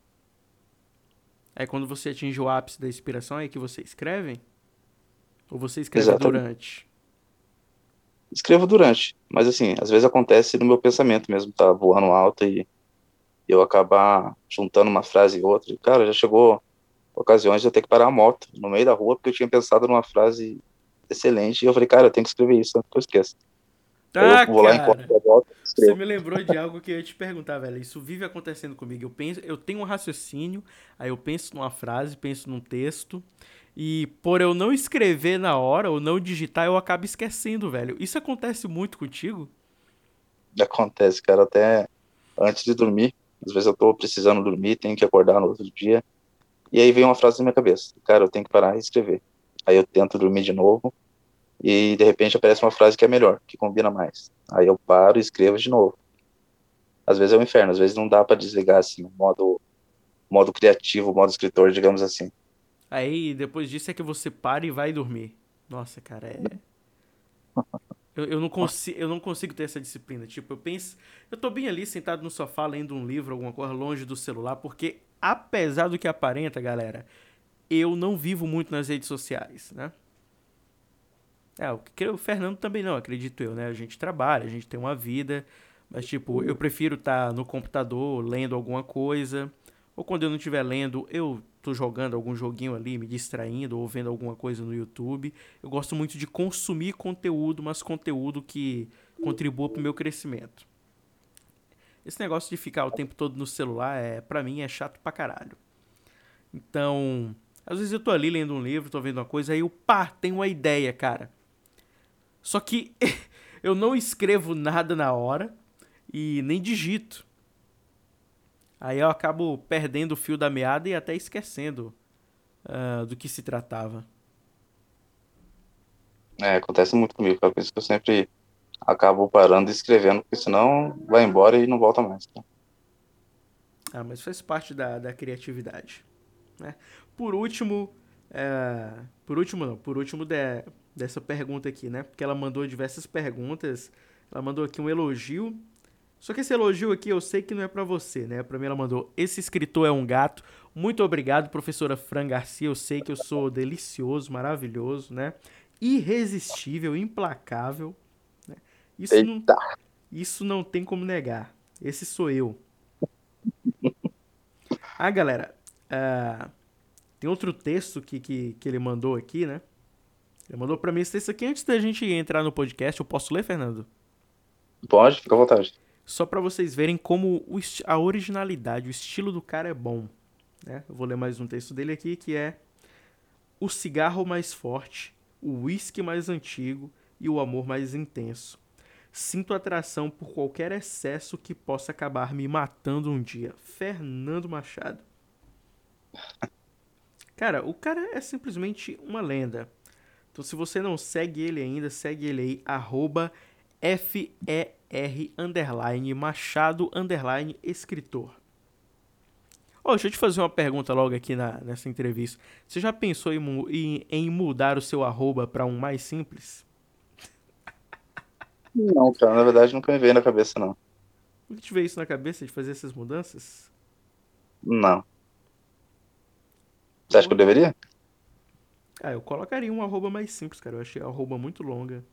Aí quando você atinge o ápice da inspiração, é aí que você escreve? Ou você escreve Exatamente. durante? Escrevo durante, mas assim, às vezes acontece no meu pensamento mesmo, tá voando alto e eu acabar juntando uma frase e outra. E, cara, já chegou ocasiões de eu ter que parar a moto no meio da rua porque eu tinha pensado numa frase excelente e eu falei, cara, eu tenho que escrever isso, antes que eu esqueça. Aí eu Ah, vou lá, encontro cara! a moto e Você escrevo. me lembrou de algo que eu ia te perguntar, velho. Isso vive acontecendo comigo. Eu penso, eu tenho um raciocínio, aí eu penso numa frase, penso num texto, e por eu não escrever na hora ou não digitar, eu acabo esquecendo, velho. Isso acontece muito contigo? Acontece, cara, até antes de dormir. Às vezes eu tô precisando dormir, tenho que acordar no outro dia. E aí vem uma frase na minha cabeça. Cara, eu tenho que parar e escrever. Aí eu tento dormir de novo e de repente aparece uma frase que é melhor, que combina mais. Aí eu paro e escrevo de novo. Às vezes é um inferno, às vezes não dá para desligar assim, o modo, modo criativo, o modo escritor, digamos assim. Aí depois disso é que você para e vai dormir. Nossa, cara, é. Eu, eu, não consigo, eu não consigo ter essa disciplina. Tipo, eu penso. Eu tô bem ali sentado no sofá lendo um livro, alguma coisa, longe do celular, porque apesar do que aparenta, galera, eu não vivo muito nas redes sociais, né? É, o que o Fernando também não, acredito eu, né? A gente trabalha, a gente tem uma vida, mas tipo, eu prefiro estar no computador lendo alguma coisa, ou quando eu não estiver lendo, eu tô jogando algum joguinho ali, me distraindo, ou vendo alguma coisa no YouTube. Eu gosto muito de consumir conteúdo, mas conteúdo que contribua pro meu crescimento. Esse negócio de ficar o tempo todo no celular, é, para mim, é chato pra caralho. Então, às vezes eu tô ali lendo um livro, tô vendo uma coisa, aí eu, pá, tenho uma ideia, cara. Só que eu não escrevo nada na hora e nem digito. Aí eu acabo perdendo o fio da meada e até esquecendo uh, do que se tratava. É, acontece muito comigo, cara, por isso que eu sempre acabo parando e escrevendo, porque senão vai embora e não volta mais. Tá? Ah, mas faz parte da, da criatividade. Né? Por último, é, por último não, por último de, dessa pergunta aqui, né? Porque ela mandou diversas perguntas. Ela mandou aqui um elogio. Só que esse elogio aqui eu sei que não é pra você, né? Pra mim ela mandou: esse escritor é um gato. Muito obrigado, professora Fran Garcia. Eu sei que eu sou delicioso, maravilhoso, né? Irresistível, implacável. Né? Isso não, Eita, isso não tem como negar. Esse sou eu. Ah, galera, Ah, tem outro texto que, que, que ele mandou aqui, né? Ele mandou pra mim esse texto aqui antes da gente entrar no podcast. Eu posso ler, Fernando? Pode, fica à vontade. Só pra vocês verem como o esti- a originalidade, o estilo do cara é bom, né? Eu vou ler mais um texto dele aqui que é: o cigarro mais forte, o uísque mais antigo e o amor mais intenso. Sinto atração por qualquer excesso que possa acabar me matando um dia. Fernando Machado. Cara, o cara é simplesmente uma lenda. Então, se você não segue ele ainda, segue ele aí, arroba F E R underline Machado underline escritor. Ó, deixa eu te fazer uma pergunta logo aqui na, nessa entrevista. Você já pensou em, mu- em- em mudar o seu arroba para um mais simples? Não, cara, na verdade nunca me veio na cabeça, não. Nunca te veio isso na cabeça de fazer essas mudanças? Não. Você acha que eu Pô. deveria? Ah, eu colocaria um arroba mais simples, cara. Eu achei a arroba muito longa.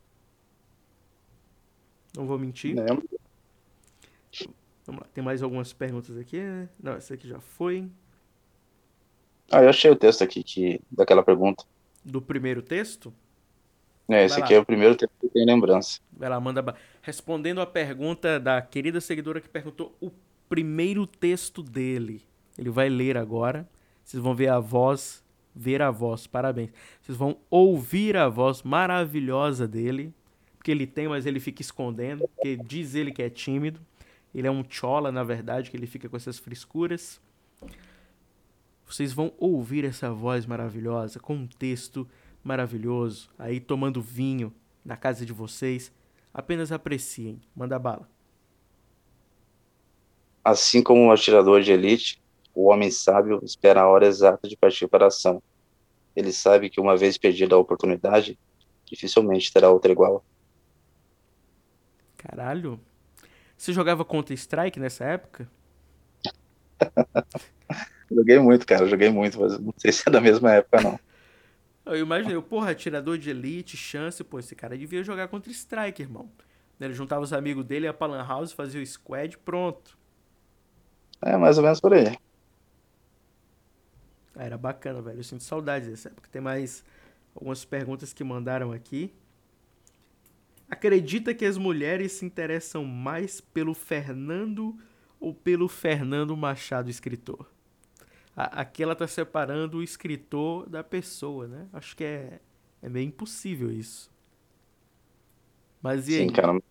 Não vou mentir. Lembro. Vamos lá, tem mais algumas perguntas aqui, né? Não, essa aqui já foi. Ah, eu achei o texto aqui que, daquela pergunta. Do primeiro texto? É, Vai esse aqui é lá, o primeiro texto que eu tenho lembrança. vai lá, manda. ba- Respondendo a pergunta da querida seguidora que perguntou o primeiro texto dele. Ele vai ler agora. Vocês vão ver a voz, ver a voz, parabéns. Vocês vão ouvir a voz maravilhosa dele. Porque ele tem, mas ele fica escondendo. Porque diz ele que é tímido. Ele é um chola, na verdade, que ele fica com essas frescuras. Vocês vão ouvir essa voz maravilhosa com um texto maravilhoso, aí tomando vinho na casa de vocês. Apenas apreciem. Manda bala. Assim como um atirador de elite, o homem sábio espera a hora exata de partir para a ação. Ele sabe que uma vez perdida a oportunidade, dificilmente terá outra igual. Caralho. Você jogava Counter-Strike nessa época? Joguei muito, cara, joguei muito, mas não sei se é da mesma época, não. Eu imaginei, porra, atirador de elite, chance, pô, esse cara devia jogar Counter-Strike, irmão. Ele juntava os amigos dele, ia pra Lan House, fazia o squad, pronto. É mais ou menos por aí. Ah, era bacana, velho. Eu sinto saudades dessa época. Tem mais algumas perguntas que mandaram aqui. Acredita que as mulheres se interessam mais pelo Fernando ou pelo Fernando Machado, escritor? A- Aqui ela tá separando o escritor da pessoa, né? Acho que é, é meio impossível isso. Mas e Sim, aí? cara.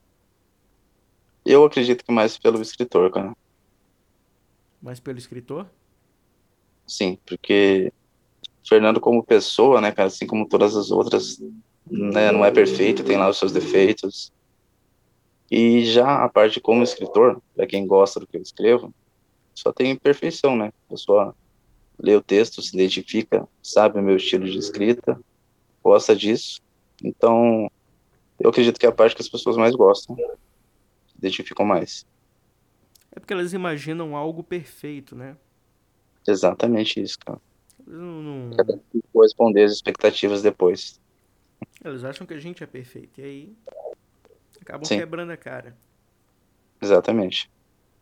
Eu acredito que mais pelo escritor, cara. Mais pelo escritor? Sim, porque Fernando como pessoa, né, cara, assim como todas as outras, né, não é perfeito, tem lá os seus defeitos. E já a parte como escritor, para quem gosta do que eu escrevo, só tem perfeição, né? A pessoa lê o texto, se identifica, sabe o meu estilo de escrita, gosta disso. Então, eu acredito que é a parte que as pessoas mais gostam, se identificam mais. É porque elas imaginam algo perfeito, né? Exatamente isso, cara. Elas, não, não- Até corresponder às expectativas depois. elas acham que a gente é perfeito. E aí acabam Sim, quebrando a cara. exatamente.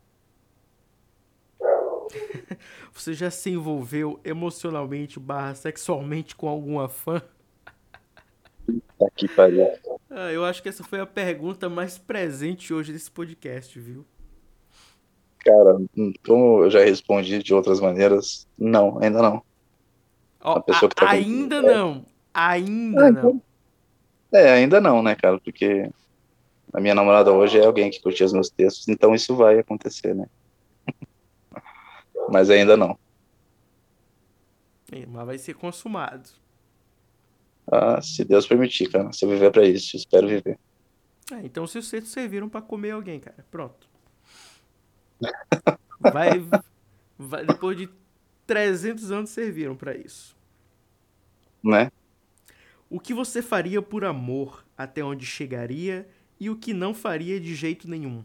Você já se envolveu emocionalmente barra sexualmente com alguma fã? Aqui, pariu. Ah, eu acho que essa foi a pergunta mais presente hoje desse podcast, viu? Cara, como eu já respondi de outras maneiras, não, ainda não. A Ó, pessoa a- que tá comigo. ainda não. Ainda Ah, não. então. É, ainda não, né, cara? Porque a minha namorada hoje é alguém que curte os meus textos, então isso vai acontecer, né? Mas ainda não. É, mas vai ser consumado. Ah, se Deus permitir, cara. Se eu viver pra isso, espero viver. É, então se vocês serviram pra comer alguém, cara. Pronto. Vai, vai depois de trezentos anos serviram pra isso. Né? O que você faria por amor, até onde chegaria, e o que não faria de jeito nenhum?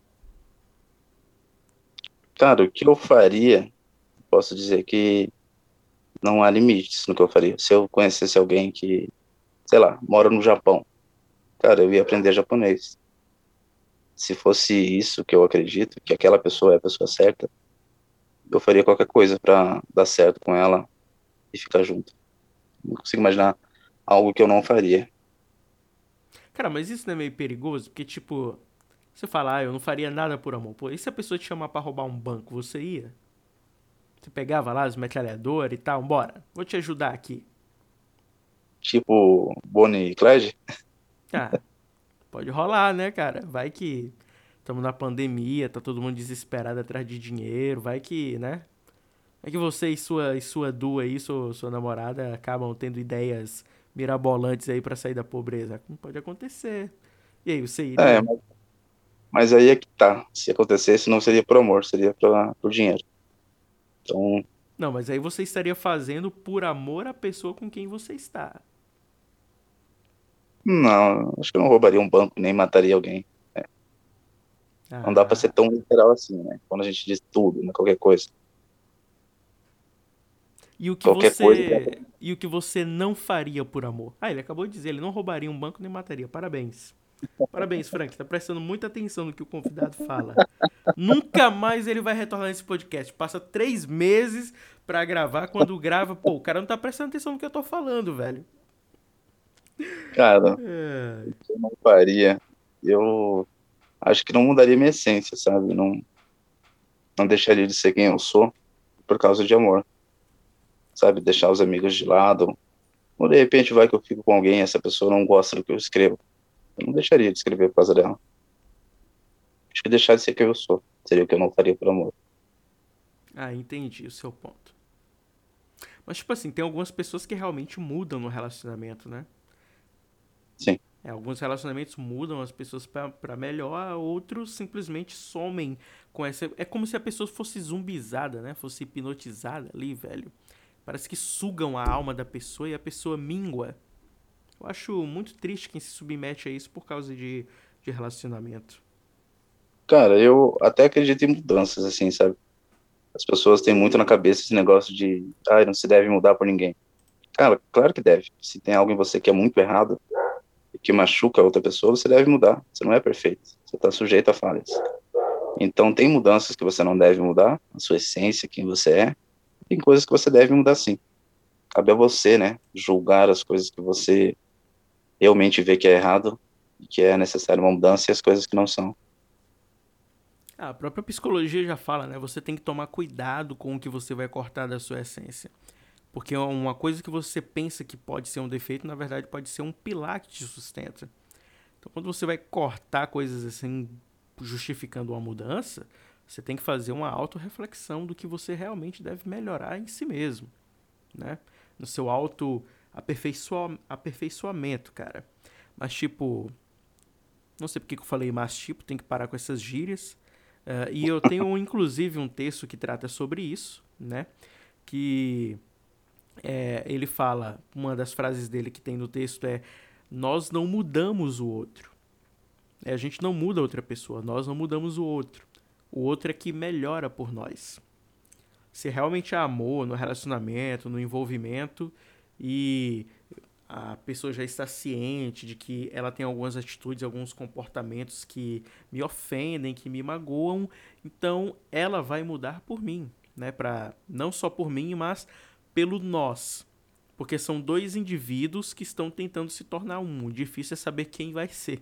Cara, o que eu faria, posso dizer que não há limites no que eu faria. Se eu conhecesse alguém que, sei lá, mora no Japão, cara, eu ia aprender japonês. Se fosse isso que eu acredito, que aquela pessoa é a pessoa certa, eu faria qualquer coisa pra dar certo com ela e ficar junto. Não consigo imaginar algo que eu não faria. Cara, mas isso não é meio perigoso? Porque, tipo, você fala, ah, eu não faria nada por amor. Pô, e se a pessoa te chamar pra roubar um banco, você ia? Você pegava lá as metralhadoras e tal, bora, vou te ajudar aqui. Tipo, Bonnie e Clyde? Ah, pode rolar, né, cara? Vai que estamos na pandemia, tá todo mundo desesperado atrás de dinheiro, vai que, né? Vai que você e sua, e sua dua aí, sua, sua namorada, acabam tendo ideias mirabolantes aí pra sair da pobreza. Pode acontecer. E aí, você É, iria? mas, mas aí é que tá. Se acontecesse, não seria por amor, seria pra, por dinheiro. Então, Não, mas aí você estaria fazendo por amor à pessoa com quem você está. não, acho que eu não roubaria um banco, nem mataria alguém. É, não dá pra ser Ah. tão literal assim, né? Quando a gente diz tudo, né? Qualquer coisa. E o que Qualquer coisa. você. E o que você não faria por amor? Ah, ele acabou de dizer, ele não roubaria um banco nem mataria. Parabéns. Parabéns, Frank. Tá prestando muita atenção no que o convidado fala. Nunca mais ele vai retornar nesse podcast. Passa três meses pra gravar. Quando grava, pô, o cara não tá prestando atenção no que eu tô falando, velho. Cara, É... eu não faria. Eu acho que não mudaria minha essência, sabe? Não, não deixaria de ser quem eu sou por causa de amor, sabe? Deixar os amigos de lado. Ou de repente vai que eu fico com alguém e essa pessoa não gosta do que eu escrevo. Eu não deixaria de escrever por causa dela. Acho que deixar de ser quem eu sou seria o que eu não faria por amor. Ah, entendi o seu ponto. Mas, tipo assim, tem algumas pessoas que realmente mudam no relacionamento, né? Sim, É, alguns relacionamentos mudam as pessoas pra, pra melhor, outros simplesmente somem com essa. É como se a pessoa fosse zumbizada, né? Fosse hipnotizada ali, velho. Parece que sugam a alma da pessoa e a pessoa mingua. Eu acho muito triste quem se submete a isso por causa de, de relacionamento. cara, eu até acredito em mudanças, assim, sabe? As pessoas têm muito na cabeça esse negócio de, ah, não se deve mudar por ninguém. Cara, claro que deve. Se tem algo em você que é muito errado e que machuca a outra pessoa, você deve mudar. Você não é perfeito. Você está sujeito a falhas. Então, tem mudanças que você não deve mudar, a sua essência, quem você é. Tem coisas que você deve mudar sim. Cabe a você, né, julgar as coisas que você realmente vê que é errado e que é necessário uma mudança e as coisas que não são. Ah, a própria psicologia já fala, né? Você tem que tomar cuidado com o que você vai cortar da sua essência. Porque uma coisa que você pensa que pode ser um defeito, na verdade pode ser um pilar que te sustenta. Então, quando você vai cortar coisas assim, justificando uma mudança, você tem que fazer uma autorreflexão do que você realmente deve melhorar em si mesmo, né? No seu auto aperfeiçoa- aperfeiçoamento, cara. Mas, tipo, não sei porque que eu falei mas, tipo, tem que parar com essas gírias. Uh, e eu tenho, inclusive, um texto que trata sobre isso, né? Que é, ele fala, uma das frases dele que tem no texto é: nós não mudamos o outro. É, a gente não muda outra pessoa, nós não mudamos o outro. O outro é que melhora por nós. Se realmente há amor no relacionamento, no envolvimento, e a pessoa já está ciente de que ela tem algumas atitudes, alguns comportamentos que me ofendem, que me magoam, então ela vai mudar por mim, né? Pra, não só por mim, mas pelo nós. Porque são dois indivíduos que estão tentando se tornar um. O difícil é saber quem vai ser.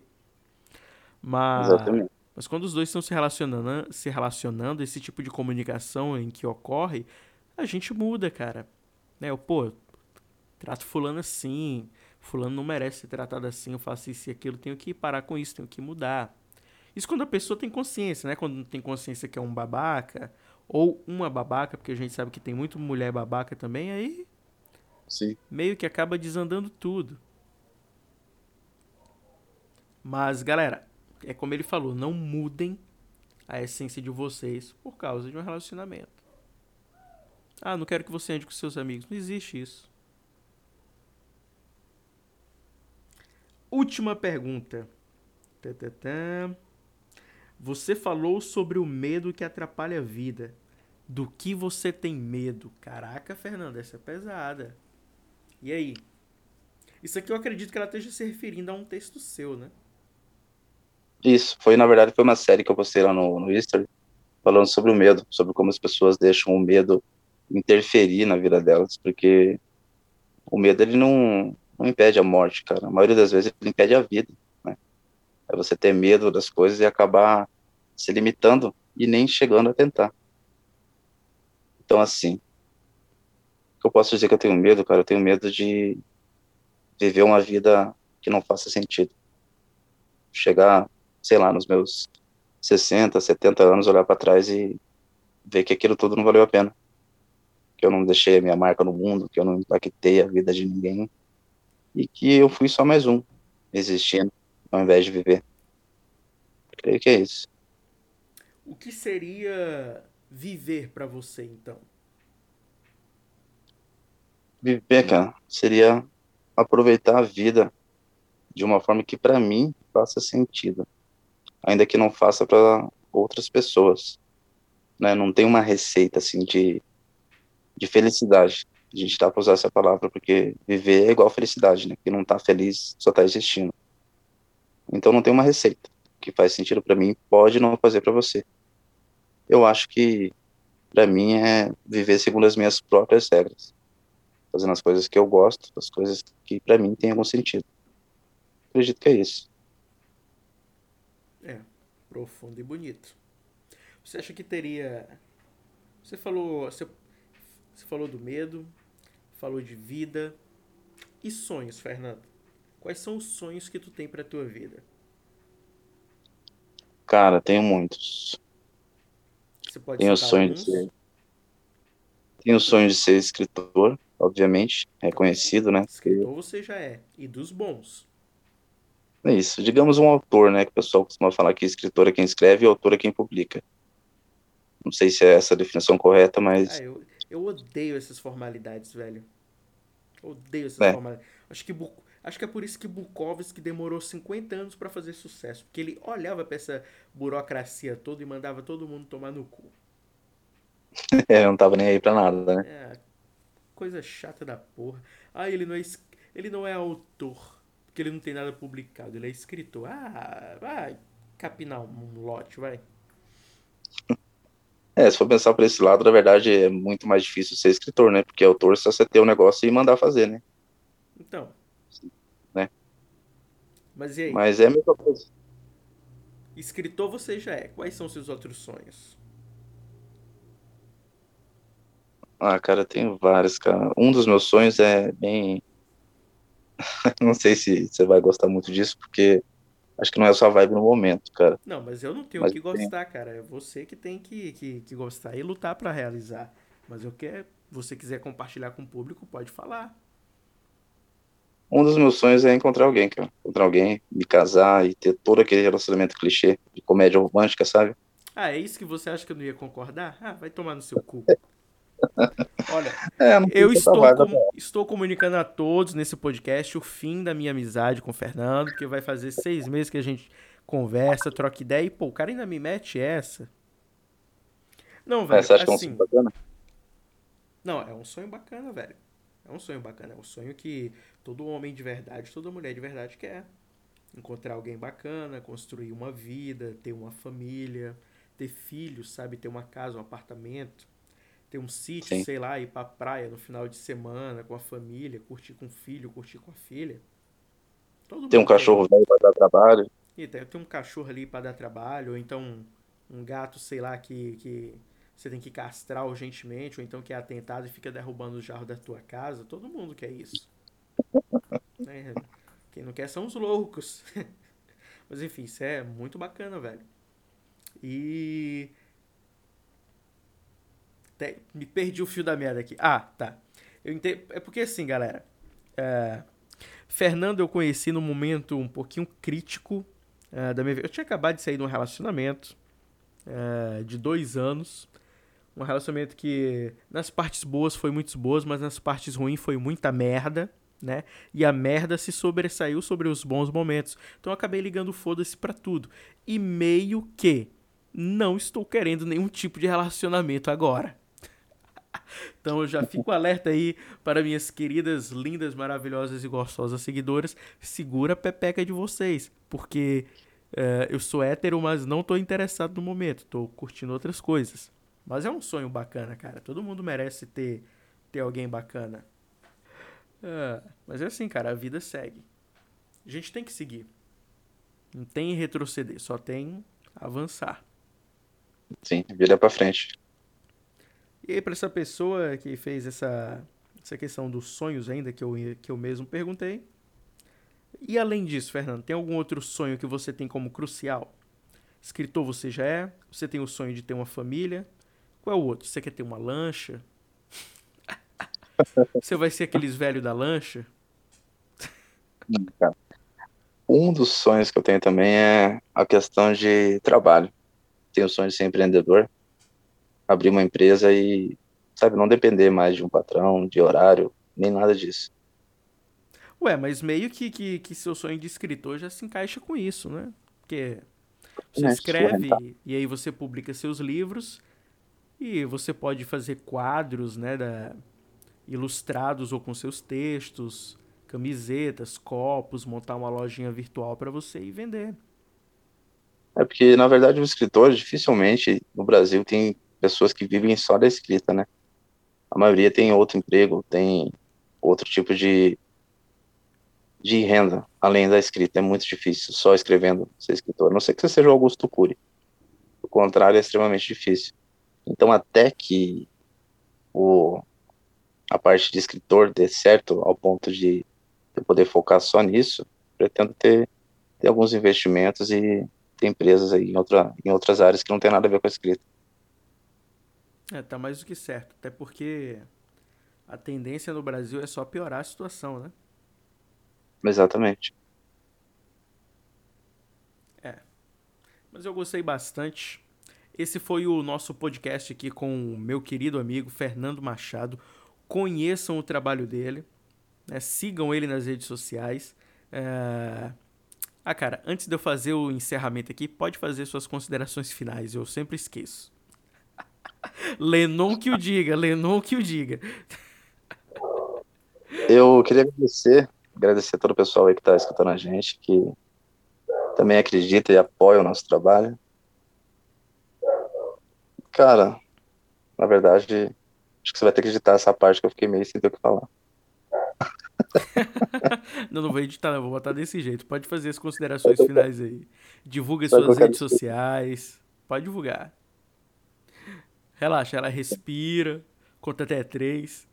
Mas, Exatamente. mas quando os dois estão se relacionando, se relacionando, esse tipo de comunicação em que ocorre, a gente muda, cara. Né? Eu, pô, trato fulano assim, fulano não merece ser tratado assim, eu faço isso e aquilo, tenho que parar com isso, tenho que mudar. Isso quando a pessoa tem consciência, né? Quando não tem consciência que é um babaca, ou uma babaca, porque a gente sabe que tem muito mulher babaca também, aí Sim. meio que acaba desandando tudo. Mas, galera, é como ele falou, não mudem a essência de vocês por causa de um relacionamento. Ah, não quero que você ande com seus amigos. Não existe isso. Última pergunta. Tã-tã-tã. Você falou sobre o medo que atrapalha a vida. Do que você tem medo? Caraca, Fernanda, essa é pesada. E aí? Isso aqui eu acredito que ela esteja se referindo a um texto seu, né? Isso, foi, na verdade, foi uma série que eu postei lá no, no History. falando sobre o medo, sobre como as pessoas deixam o medo interferir na vida delas, porque o medo, ele não, não impede a morte, cara. A maioria das vezes ele impede a vida, né? É você ter medo das coisas e acabar se limitando e nem chegando a tentar. Então, assim, o que eu posso dizer que eu tenho medo, cara? Eu tenho medo de viver uma vida que não faça sentido. Chegar, sei lá, nos meus sessenta, setenta anos, olhar para trás e ver que aquilo tudo não valeu a pena. Que eu não deixei a minha marca no mundo, que eu não impactei a vida de ninguém e que eu fui só mais um existindo ao invés de viver. Creio que é isso. O que seria viver pra você, então? Viver, cara, seria aproveitar a vida de uma forma que para mim faça sentido, ainda que não faça para outras pessoas, né? Não tem uma receita assim de, de felicidade. A gente tá para usar essa palavra porque viver é igual felicidade, né? Quem não tá feliz só tá existindo. Então não tem uma receita que faz sentido para mim, pode não fazer para você. Eu acho que para mim é viver segundo as minhas próprias regras, fazendo as coisas que eu gosto, as coisas que para mim têm algum sentido. Acredito que é isso. É, profundo e bonito. Você acha que teria. Você falou. Você, você falou do medo, falou de vida. E sonhos, Fernando? Quais são os sonhos que tu tem pra tua vida? Cara, tenho muitos. Você pode Tenho o citar sonho de alguns? ser, tenho o sonho de ser escritor, obviamente, Então, reconhecido, né? Porque escritor você já é. E dos bons. é isso. Digamos um autor, né? Que o pessoal costuma falar que escritor é quem escreve e autor é quem publica. Não sei se é essa a definição correta, Ah, mas, eu, eu odeio essas formalidades, velho. Odeio essas né? formalidades. Acho que, Bu- Acho que é por isso que Bukowski demorou cinquenta anos pra fazer sucesso. Porque ele olhava pra essa burocracia toda e mandava todo mundo tomar no cu. É, eu não tava nem aí pra nada, né? É, coisa chata da porra. Ah, ele não é, es- ele não é autor. Porque ele não tem nada publicado. Ele é escritor. Ah, vai capinar um lote, vai. É, se for pensar por esse lado, na verdade, é muito mais difícil ser escritor, né? Porque autor é só você ter o negócio e mandar fazer, né? Então, Né? mas e aí? Mas é a mesma coisa. Escritor você já é. Quais são seus outros sonhos? Ah, cara, eu tenho vários, cara. Um dos meus sonhos é bem. Não sei se você vai gostar muito disso, porque acho que não é a sua vibe no momento, cara. Não, mas eu não tenho Mas que eu tenho. gostar, cara. É você que tem que, que, que gostar e lutar pra realizar. Mas eu quero. Você quiser compartilhar com o público, pode falar. Um dos meus sonhos é encontrar alguém, cara. Encontrar alguém, me casar e ter todo aquele relacionamento clichê de comédia romântica, sabe? Ah, é isso que você acha que eu não ia concordar? Ah, vai tomar no seu cu. Olha, É, não sei eu se é a sua estou, vibe, com, né? estou comunicando a todos nesse podcast o fim da minha amizade com o Fernando, porque vai fazer seis meses que a gente conversa, troca ideia e, pô, o cara ainda me mete essa. Não, É, velho, você acha que é um sonho assim. bacana? Não, é um sonho bacana, velho. É um sonho bacana. É um sonho que todo homem de verdade, toda mulher de verdade quer. Encontrar alguém bacana, construir uma vida, ter uma família, ter filhos, sabe? Ter uma casa, um apartamento, ter um sítio, Sim. sei lá, ir pra praia no final de semana com a família, curtir com o filho, curtir com a filha. Todo Ter um mundo quer cachorro isso. velho para dar trabalho. E tem tem um cachorro ali pra dar trabalho, ou então um gato, sei lá, que, que você tem que castrar urgentemente, ou então que é atentado e fica derrubando o jarro da tua casa. Todo mundo quer isso. Né? Quem não quer são os loucos. Mas enfim, isso é muito bacana, velho. E. Te- Me perdi o fio da merda aqui. Ah, tá. Eu ente... É porque assim, galera. é, Fernando eu conheci num momento um pouquinho crítico é, da minha vida. Eu tinha acabado de sair de um relacionamento é, de dois anos. Um relacionamento que nas partes boas foi muito boas, mas nas partes ruins foi muita merda, né? E a merda se sobressaiu sobre os bons momentos. Então eu acabei ligando foda-se pra tudo. E meio que não estou querendo nenhum tipo de relacionamento agora. Então eu já fico alerta aí para minhas queridas, lindas, maravilhosas e gostosas seguidoras. Segura a pepeca de vocês, porque É, eu sou hétero, mas não tô interessado no momento. Tô curtindo outras coisas. Mas é um sonho bacana, cara. Todo mundo merece ter, ter alguém bacana. É, mas é assim, cara, a vida segue. A gente tem que seguir. Não tem retroceder, só tem avançar. Sim, vida pra frente. E aí, pra essa pessoa que fez essa, essa questão dos sonhos ainda, que eu, que eu mesmo perguntei. E além disso, Fernando, tem algum outro sonho que você tem como crucial? Escritor você já é? Você tem o sonho de ter uma família? Qual é o outro? Você quer ter uma lancha? Você vai ser aqueles velhos da lancha? Hum, cara. Um dos sonhos que eu tenho também é a questão de trabalho. Tenho o sonho de ser empreendedor, abrir uma empresa e, sabe, não depender mais de um patrão, de horário, nem nada disso. Ué, mas meio que, que, que seu sonho de escritor já se encaixa com isso, né? Porque você Né? Sustentar. escreve e aí você publica seus livros e você pode fazer quadros, né, da, ilustrados ou com seus textos, camisetas, copos, montar uma lojinha virtual para você e vender. É porque, na verdade, o escritor, dificilmente no Brasil tem pessoas que vivem só da escrita, né? A maioria tem outro emprego, tem outro tipo de, de renda, além da escrita. É muito difícil só escrevendo ser escritor. A não ser que você seja o Augusto Cury. O contrário é extremamente difícil. Então, até que o, a parte de escritor dê certo ao ponto de eu poder focar só nisso, pretendo ter, ter alguns investimentos e ter empresas aí em, outra, em outras áreas que não tem nada a ver com a escrita. É, tá mais do que certo. Até porque a tendência no Brasil é só piorar a situação, né? Exatamente. É. Mas eu gostei bastante. Esse foi o nosso podcast aqui com o meu querido amigo Fernando Machado. Conheçam o trabalho dele, né? Sigam ele nas redes sociais. É... Ah, cara, antes de eu fazer o encerramento aqui, pode fazer suas considerações finais, eu sempre esqueço. Lennon que o diga, Lennon que o diga. Eu queria agradecer, agradecer a todo o pessoal aí que está escutando a gente, que também acredita e apoia o nosso trabalho. Cara, na verdade, acho que você vai ter que editar essa parte que eu fiquei meio sem ter o que falar. Não, não vou editar, não, vou botar desse jeito. Pode fazer as Vai considerações colocar, finais aí. Divulga vai suas colocar redes desculpa. sociais. Pode divulgar. Relaxa, ela respira, conta até três.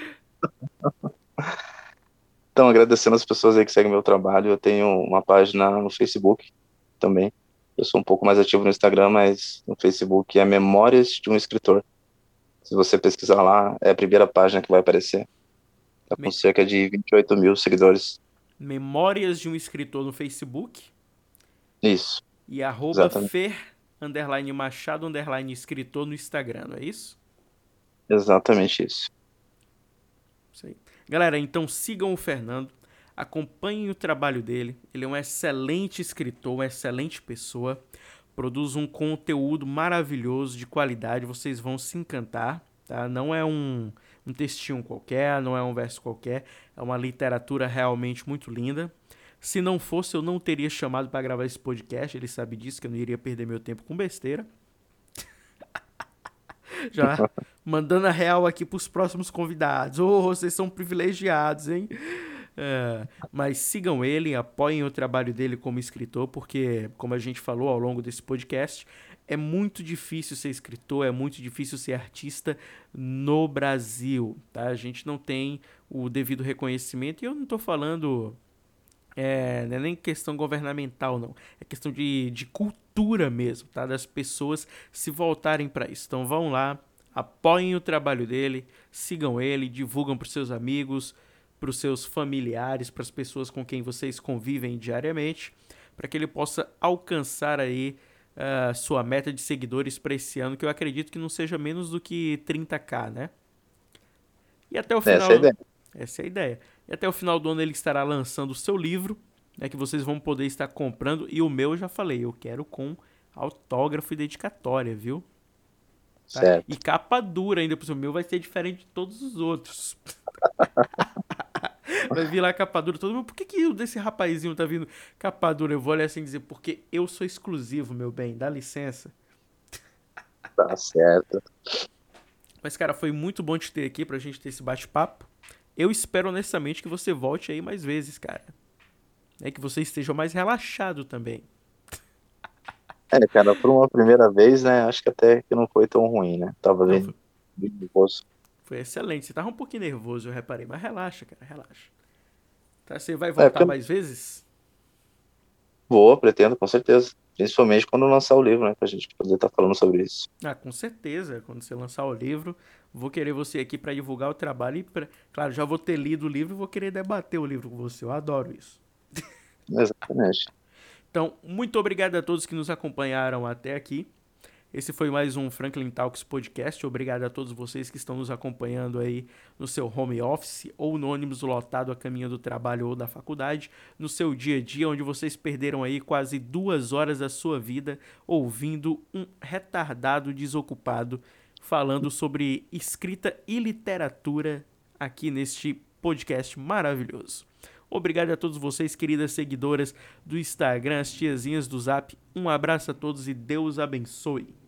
Então, agradecendo as pessoas aí que seguem meu trabalho, eu tenho uma página no Facebook também. Eu sou um pouco mais ativo no Instagram, mas no Facebook é Memórias de um Escritor. Se você pesquisar lá, é a primeira página que vai aparecer. Tá com Me- cerca de vinte e oito mil seguidores. Memórias de um escritor no Facebook Isso, e arroba exatamente. fer, underline machado, underline escritor no Instagram, não é isso? Exatamente isso. Isso aí. Galera, então sigam o Fernando, acompanhem o trabalho dele. Ele é um excelente escritor, uma excelente pessoa. Produz um conteúdo maravilhoso, de qualidade, vocês vão se encantar. Tá? Não é um, um textinho qualquer, não é um verso qualquer, é uma literatura realmente muito linda. Se não fosse, eu não teria chamado para gravar esse podcast. Ele sabe disso, que eu não iria perder meu tempo com besteira. Já mandando a real aqui pros próximos convidados. Ô, oh, vocês são privilegiados, hein? É, mas sigam ele, apoiem o trabalho dele como escritor, porque, como a gente falou ao longo desse podcast, é muito difícil ser escritor, é muito difícil ser artista no Brasil, tá? A gente não tem o devido reconhecimento, e eu não tô falando, é, não é nem questão governamental, não. É questão de, de cultura mesmo, tá? Das pessoas se voltarem para isso. Então vão lá, apoiem o trabalho dele, sigam ele, divulgam para seus amigos, para os seus familiares, para as pessoas com quem vocês convivem diariamente, para que ele possa alcançar aí a sua meta de seguidores para esse ano, que eu acredito que não seja menos do que trinta k, né? E até o Essa é a final, ideia. essa é a ideia. E até o final do ano ele estará lançando o seu livro, né, que vocês vão poder estar comprando. E o meu eu já falei, eu quero com autógrafo e dedicatória, viu? Tá? E Certo. capa dura ainda, porque o meu vai ser diferente de todos os outros. Vai vir lá capa dura, todo mundo, por que que o desse rapazinho tá vindo capa dura? Eu vou olhar assim e dizer, porque eu sou exclusivo, meu bem, dá licença. Tá certo. Mas, cara, foi muito bom te ter aqui pra gente ter esse bate-papo. Eu espero honestamente que você volte aí mais vezes, cara. É que você esteja mais relaxado também. É, cara, por uma primeira vez, né? Acho que até que não foi tão ruim, né? Tava Não, bem, foi, bem nervoso. foi excelente. Você tava um pouquinho nervoso, eu reparei, mas relaxa, cara, relaxa. Tá, você vai É, voltar porque eu mais vezes? vou, pretendo, com certeza. Principalmente quando lançar o livro, né? Pra gente poder estar falando sobre isso. Ah, com certeza. Quando você lançar o livro, vou querer você aqui pra divulgar o trabalho e, pra... claro, já vou ter lido o livro e vou querer debater o livro com você. Eu adoro isso. Exatamente. Então, muito obrigado a todos que nos acompanharam até aqui. Esse foi mais um Franklin Talks Podcast. Obrigado a todos vocês que estão nos acompanhando aí no seu home office ou no ônibus lotado a caminho do trabalho ou da faculdade, no seu dia a dia, onde vocês perderam aí quase duas horas da sua vida ouvindo um retardado desocupado falando sobre escrita e literatura aqui neste podcast maravilhoso. Obrigado a todos vocês, queridas seguidoras do Instagram, as tiazinhas do Zap. Um abraço a todos e Deus abençoe.